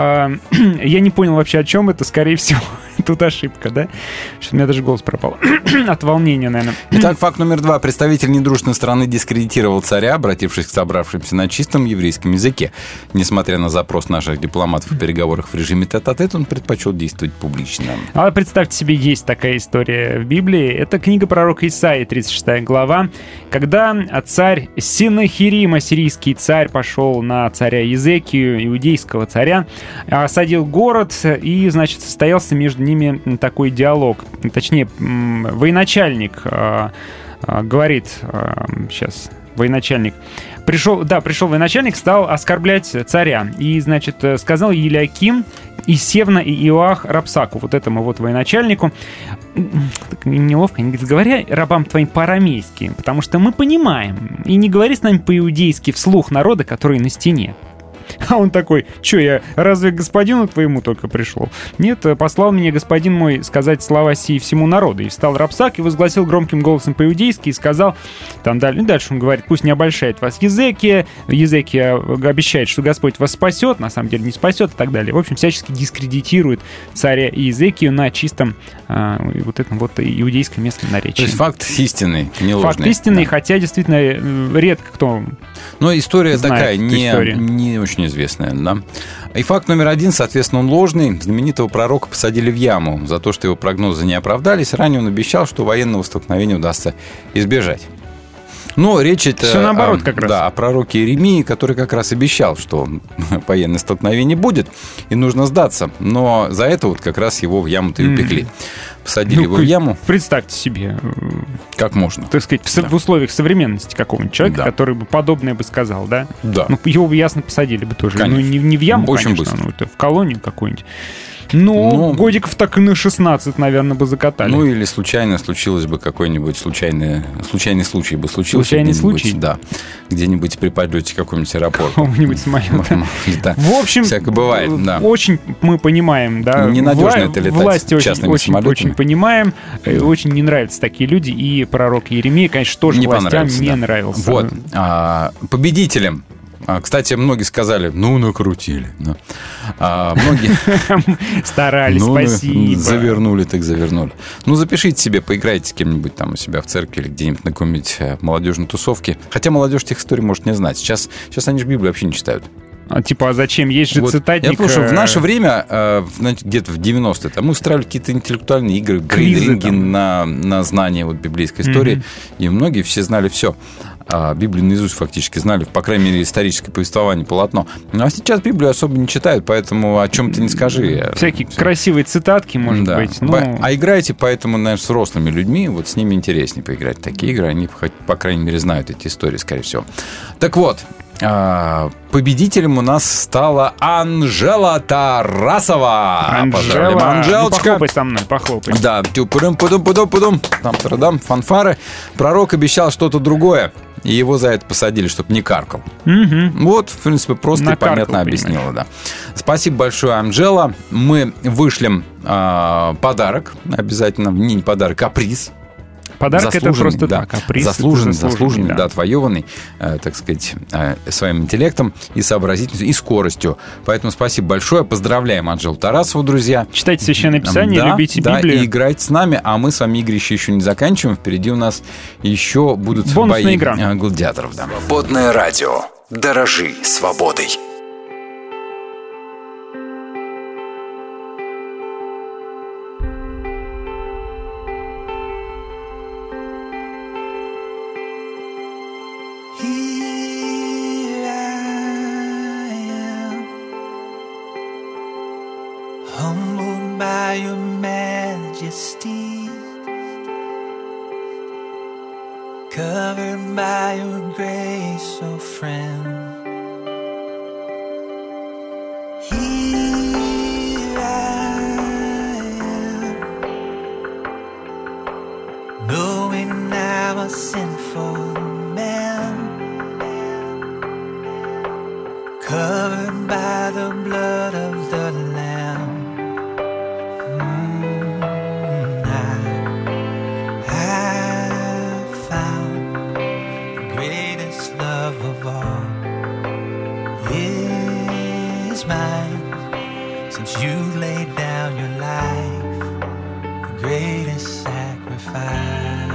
я не понял вообще, о чем это, скорее всего, тут ошибка, да? Что у меня даже голос пропал. От волнения, наверное. Итак, факт номер 2. Представитель недружественной страны дискредитировал царя, обратившись к собравшимся на чистом еврейском языке. Несмотря на запрос наших дипломатов в переговорах в режиме тет-а-тет, он предпочел действовать публично. А представьте себе, есть такая история в Библии. Это книга пророка Исаии, 36 глава, когда царь Синахирим, ассирийский царь, пошел на царя Езекию, иудейского царя, осадил город, и, значит, состоялся между ними такой диалог. Точнее, военачальник говорит, сейчас, военачальник, пришел военачальник, стал оскорблять царя. И, значит, сказал Елиаким и Севна и Иоах Рапсаку, вот этому вот военачальнику, так неловко, не говоря рабам твоим по-арамейски, потому что мы понимаем, и не говори с нами по-иудейски вслух народа, который на стене. А он такой, что я разве к господину твоему только пришел? Нет, послал меня господин мой сказать слова сии всему народу. И встал Рапсак и возгласил громким голосом по-иудейски и сказал, там дальше он говорит, пусть не обольщает вас Езекия обещает, что Господь вас спасет, на самом деле не спасет и так далее. В общем, всячески дискредитирует царя Езекию на чистом вот этом вот иудейском местном наречии. То есть факт истинный, не ложный. Факт истинный, да. Хотя действительно редко кто. Но история такая, не очень известная, да. И факт номер 1, соответственно, он ложный. Знаменитого пророка посадили в яму за то, что его прогнозы не оправдались. Ранее он обещал, что военного столкновения удастся избежать. Но речь это все наоборот, как раз. Да, о пророке Иеремии, который как раз обещал, что военное столкновение будет, и нужно сдаться. Но за это вот как раз его в яму-то и упекли. Посадили его в яму. Представьте себе. Как можно. Так сказать, в условиях современности какого-нибудь человека, который бы подобное бы сказал, да? Да. Ну, его бы ясно посадили бы тоже. Конечно. Ну, не в яму, очень конечно, быстро. это в колонию какую-нибудь. Ну, годиков так и на 16, наверное, бы закатали. Ну, или случайно случилось бы какой-нибудь случайный случай бы случился. Случайный случай? Да. Где-нибудь при подлете какого-нибудь аэропорта. Какого-нибудь самолета. В общем, всякое бывает, да. Очень мы понимаем, да. Ненадежно это летать власти частными самолетами. Очень понимаем. Очень не нравятся такие люди. И пророк Иеремия, конечно, тоже властям не нравился. Вот. Победителем. Кстати, многие сказали, накрутили. Многие старались, спасибо. Завернули, так завернули. Запишите себе, поиграйте с кем-нибудь там у себя в церкви или где-нибудь на какой-нибудь молодежной тусовке. Хотя молодежь тех историй может не знать. Сейчас они же Библию вообще не читают. А зачем? Есть же цитатник. Потому что в наше время, где-то в 90-е, мы устраивали какие-то интеллектуальные игры, брейнринги на знание библейской истории. И многие все знали все. Библию наизусть фактически знали, по крайней мере, историческое повествование, полотно. А сейчас Библию особо не читают, поэтому о чем ты не скажи. Всякие красивые цитатки, может быть. А играете, поэтому, наверное, с взрослыми людьми, с ними интереснее поиграть в такие игры. Они, по крайней мере, знают эти истории, скорее всего. Так вот, победителем у нас стала Анжела Тарасова. Поздравляем, Анжелочка. Похлопай со мной, похлопай. Да, там фанфары. Пророк обещал что-то другое, и его за это посадили, чтобы не каркал. Вот, в принципе, просто и понятно объяснила. Да. Спасибо большое, Анжела. Мы вышлем подарок обязательно. Не подарок, а приз. Подарок это просто так, а приз заслуженный, да, отвоеванный, так сказать, своим интеллектом и сообразительностью, и скоростью. Поэтому спасибо большое. Поздравляем Анжелу Тарасову, друзья. Читайте Священное Писание, любите Библию. Да, и играйте с нами, а мы с вами игрища еще не заканчиваем. Впереди у нас еще будут бонусная бои игра. Гладиаторов. Да. Свободное радио. Дорожи свободой. your majesty, covered by your grace, oh friend. Here I am, knowing I'm a sinful man, covered by the blood of the Lamb. I found the greatest love of all is mine. Since you laid down your life, the greatest sacrifice.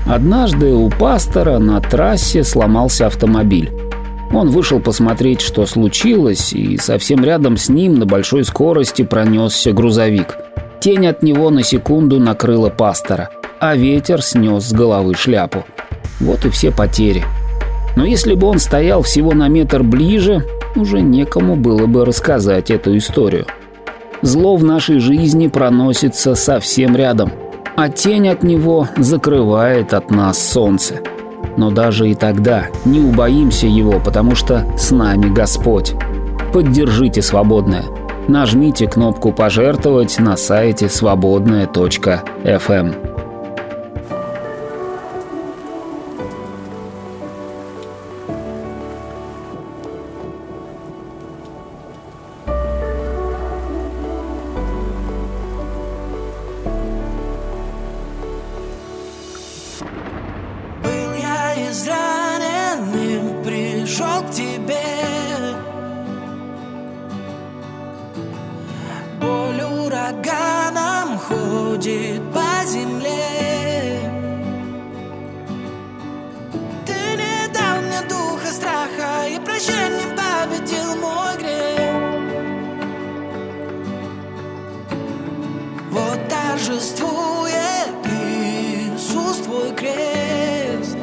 Однажды у пастора на трассе сломался автомобиль. Он вышел посмотреть, что случилось, и совсем рядом с ним на большой скорости пронесся грузовик. Тень от него на секунду накрыла пастора, а ветер снес с головы шляпу. Вот и все потери. Но если бы он стоял всего на метр ближе, уже некому было бы рассказать эту историю. Зло в нашей жизни проносится совсем рядом, а тень от него закрывает от нас солнце. Но даже и тогда не убоимся его, потому что с нами Господь. Поддержите «Свободное». Нажмите кнопку «Пожертвовать» на сайте свободное.fm. Был я израненным, пришел к тебе. Боль ураганом ходит по земле. Ты не дал мне духа страха, и прощением победил мой грех. Вот торжествует Иисус твой крест.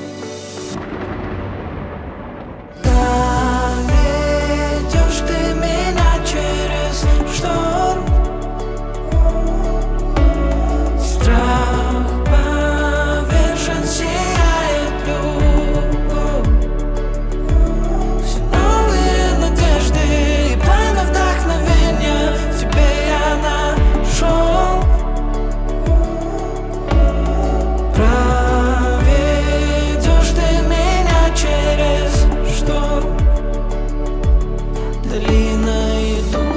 Проведешь ты меня через шторм. Страх повержен, сияет любовь. Все новые надежды и пламя вдохновения в тебе я нашел. Проведешь ты меня через шторм. Долиной иду,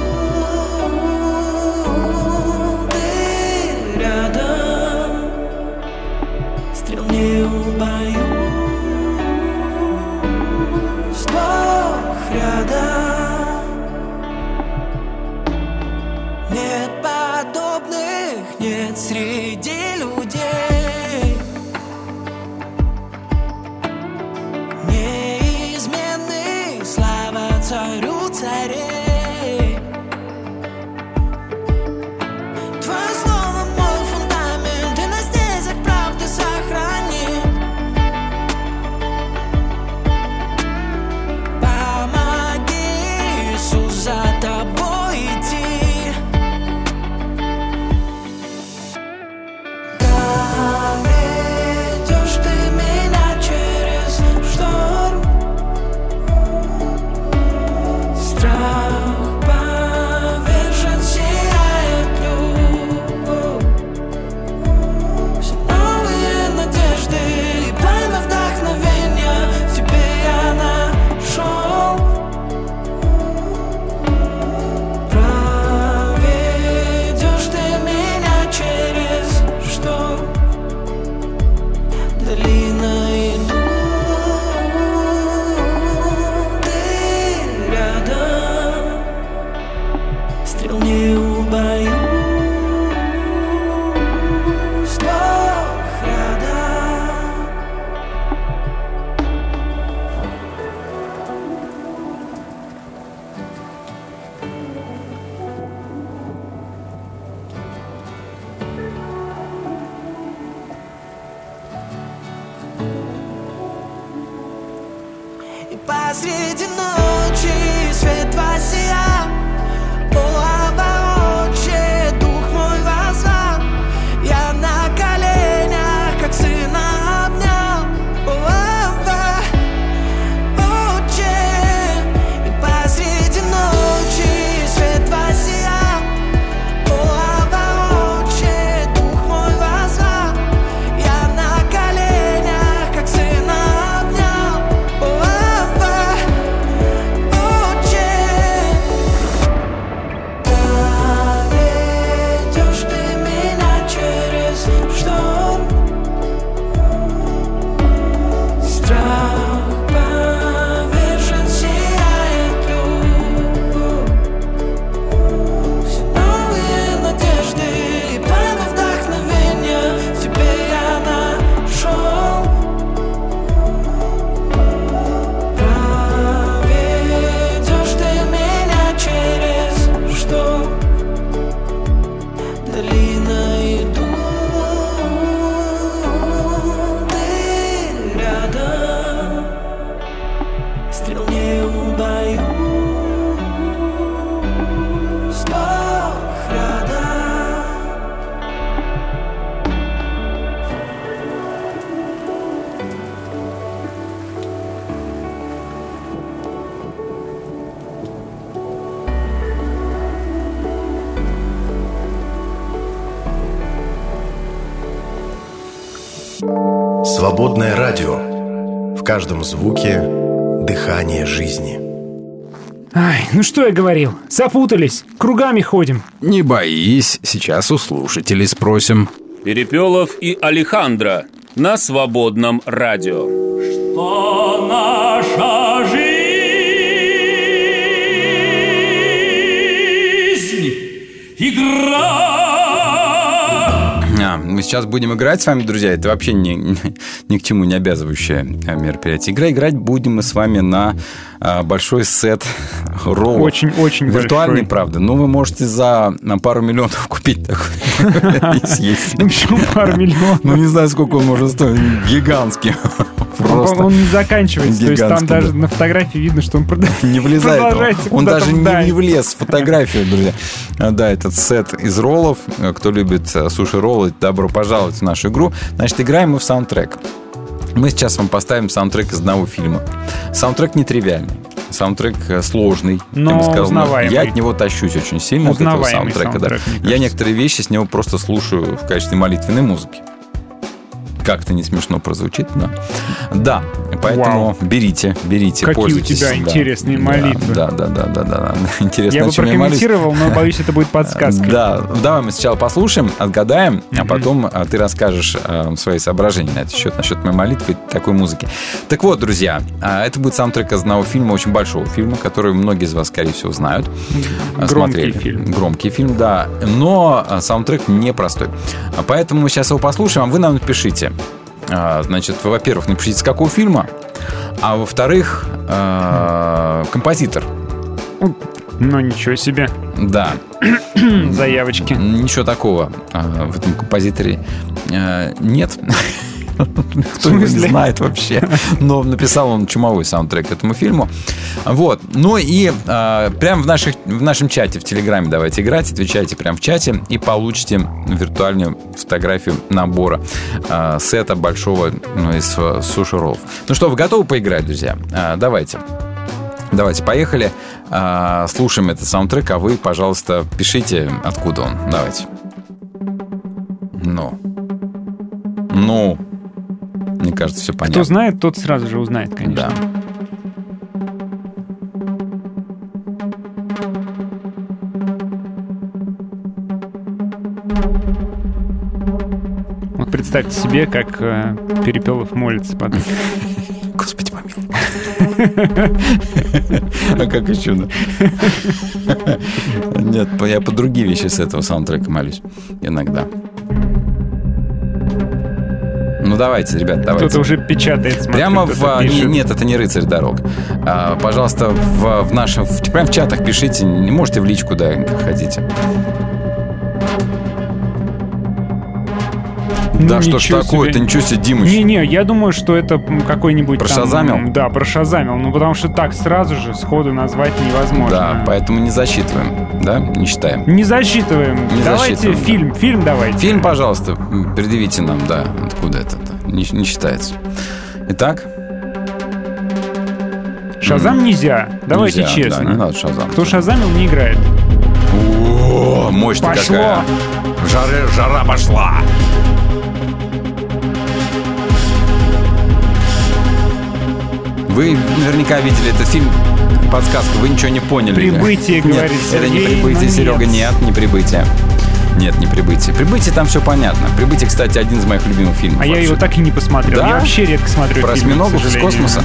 ты рядом. Стрел не убоюсь, Бог рядом. Нет подобных, нет среди людей. Неизменный, слава царю царей. Твое слово мой фундамент, и на стезях правды сохранит. Помоги, Иисус, за тобой идти. Проведешь ты меня через шторм. Страх повержен, сияет любовь. Все новые надежды и пламя вдохновения в тебе я нашел. Проведешь ты меня через шторм. Долиной иду, ты рядом. Стрел не убоюсь, Бог рядом. И посреди ночи свет воссиял. О, Отче, Дух мой возвал. Я на коленях, как сына обнял. О, Отче, и посреди ночи свет воссиял. О, Отче, Дух мой возвал. Я на коленях, как сына обнял. О, Свободное радио. В каждом звуке дыхание жизни. Ай, ну что я говорил? Запутались, кругами ходим. Не боись, сейчас у слушателей спросим. Перепелов и Алехандро на Свободном радио. Что наша жизнь игра. Мы сейчас будем играть с вами, друзья. Это вообще ни к чему не обязывающее мероприятие. Играть будем мы с вами на большой сет роллов. Очень-очень виртуальный, большой. правда. Но вы можете за пару миллионов купить такой и съесть. Ну почему пару миллионов? Ну не знаю, сколько он может стоить. Гигантский. Просто Он не заканчивается. То есть там гигантский, даже да. на фотографии видно, что он не влезает. продолжается Он куда-то даже вдаль. не влез в фотографию, друзья. Да, этот сет из роллов. Кто любит суши-роллы, добро пожаловать в нашу игру. Значит, играем мы в саундтрек. Мы сейчас вам поставим саундтрек из одного фильма. Саундтрек нетривиальный. Саундтрек сложный, но я бы сказал. узнаваемый. Я от него тащусь очень сильно, от этого Узнаваемый саундтрека. Да. саундтрек, мне Я кажется. некоторые вещи с него просто слушаю в качестве молитвенной музыки. Как-то не смешно прозвучит, да. Да, поэтому Вау. берите, Какие пользуйтесь. у тебя интересные молитвы. Да. Интересно, Я о бы чем я молюсь. прокомментировал, но боюсь, это будет подсказка. Да, давай мы сначала послушаем, отгадаем, а потом ты расскажешь свои соображения на этот счет, насчет моей молитвы и такой музыки. Так вот, друзья, это будет саундтрек из одного фильма, очень большого фильма, который многие из вас, скорее всего, знают. Громкий фильм. Громкий фильм, да. Но саундтрек непростой. Поэтому мы сейчас его послушаем, а вы нам напишите. Значит, вы, во-первых, напишите, с какого фильма, а во-вторых, композитор. Ну, ничего себе. Да. Заявочки. Ничего такого в этом композиторе нет. Кто его не знает вообще. Но написал он чумовой саундтрек к этому фильму. Вот. Ну и прямо в нашем чате, в Телеграме давайте играть. Отвечайте прямо в чате и получите виртуальную фотографию набора сета большого из суши-роллов. Ну что, вы готовы поиграть, друзья? Давайте. Давайте, поехали. Слушаем этот саундтрек, а вы, пожалуйста, пишите, откуда он. Давайте. Ну. Мне кажется, все понятно. Кто знает, тот сразу же узнает, конечно. Да. Вот представьте себе, как Перепелов молится под... Господи помилуй. А как еще? Нет, я по другие вещи с этого саундтрека молюсь. Иногда. Ну давайте, ребят, давайте. Кто-то уже печатает, смотри, прямо кто-то пишет. Нет, это не «Рыцарь дорог». Пожалуйста, в нашем... Прямо в чатах пишите. Не можете в личку, да, как хотите. Да, что ж такое-то, ничего себе, Димыч. Не-не, я думаю, что это какой-нибудь Прошазамил? там... Да, прошазамил. Ну, потому что так сразу же сходу назвать невозможно. Да, поэтому не засчитываем, да, не считаем. Не засчитываем. Не давайте засчитываем, фильм давайте. Фильм, пожалуйста, предъявите нам, да, откуда это не считается. Итак. Шазам нельзя, давайте нельзя, честно. Да, не надо Шазам. Кто шазамил, не играет. О, мощно Пошло. какая. Жара пошла. Вы наверняка видели этот фильм. Подсказка, вы ничего не поняли. Прибытие, Нет, говорит это не Сергей, прибытие, но Серега, нет, не прибытие. Нет, не «Прибытие». «Прибытие» там все понятно. «Прибытие», кстати, один из моих любимых фильмов. А я его так и не посмотрел. Да? Я вообще редко смотрю Про фильмы, к осьминогов из сожалению. космоса?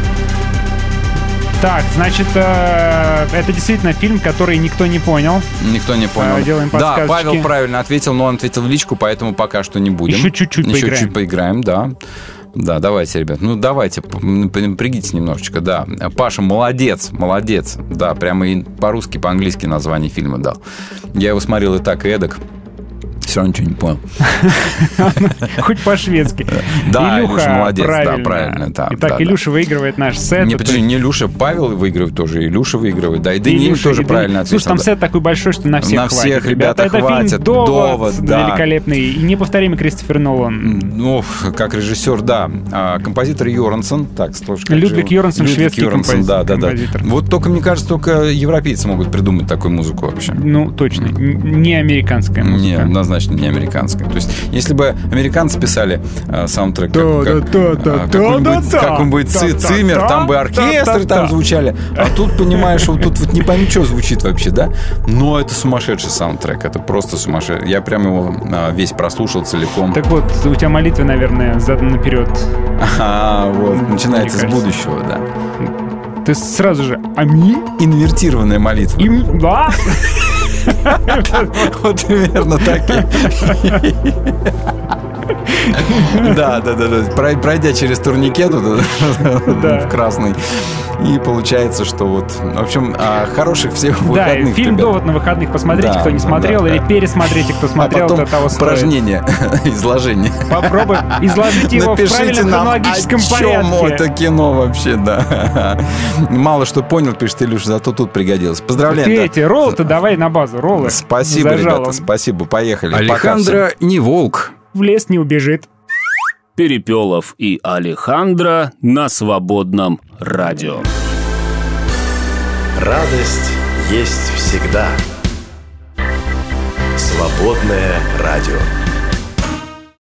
Так, значит, это действительно фильм, который никто не понял. Никто не понял. Делаем Да, подсказочки. Павел правильно ответил, но он ответил в личку, поэтому пока что не будем. Еще чуть-чуть Еще поиграем. чуть поиграем, да. Да, давайте, ребят. Ну, давайте, напрягитесь немножечко, да. Паша, молодец. Да, прямо и по-русски, по-английски название фильма дал. Я его смотрел и так, и эдак. Все равно ничего не понял. Хоть по-шведски. Да, Илюха, Илюша молодец, правильно. да, правильно. Да, Итак, да, Илюша выигрывает наш сет. Не, подожди, не Илюша, Павел выигрывает тоже, Илюша выигрывает, да, и Даниил Илюша, тоже и правильно ответил. Слушай, там да. сет такой большой, что на всех На хватит. всех, ребята, это хватит. Фильм «Довод», да. великолепный и неповторимый Кристофер Нолан. Ну, как режиссер, да. Композитор Йорансон. Так, слушай, как Людвиг же его? Йорансон, Людвиг шведский Йорансон, да. композитор. Вот только, мне кажется, только европейцы могут придумать такую музыку вообще. Ну, точно. Не американская музыка. Не, однозначно домашнее, не американское. То есть, если бы американцы писали саундтрек, какой-нибудь Циммер, там бы оркестры там звучали. А тут, понимаешь, вот тут вот не пойми, что звучит вообще, да? Но это сумасшедший саундтрек, это просто сумасшедший. Я прям его весь прослушал целиком. Так вот, у тебя молитвы, наверное, задан наперед. Вот, начинается с будущего, да. Ты сразу же «Аминь». Инвертированная молитва. Да. Вот примерно так. Да. Пройдя через турникет в красный. И получается, что вот... В общем, хороших всех выходных. Да, фильм «Довод» на выходных посмотрите, кто не смотрел, или пересмотрите, кто смотрел, до того стоит. Упражнение, изложение. Попробуй изложить его в правильном хронологическом порядке. Напишите нам, о чем это кино вообще, да. Мало что понял, пишет Илюша, зато тут пригодилось. Поздравляем. Ты эти роллы-то давай на базу, роллы. Спасибо, ребята, спасибо. Поехали. Алехандро не волк. В лес не убежит. Перепелов и Алехандро на Свободном радио. Радость есть всегда. Свободное радио.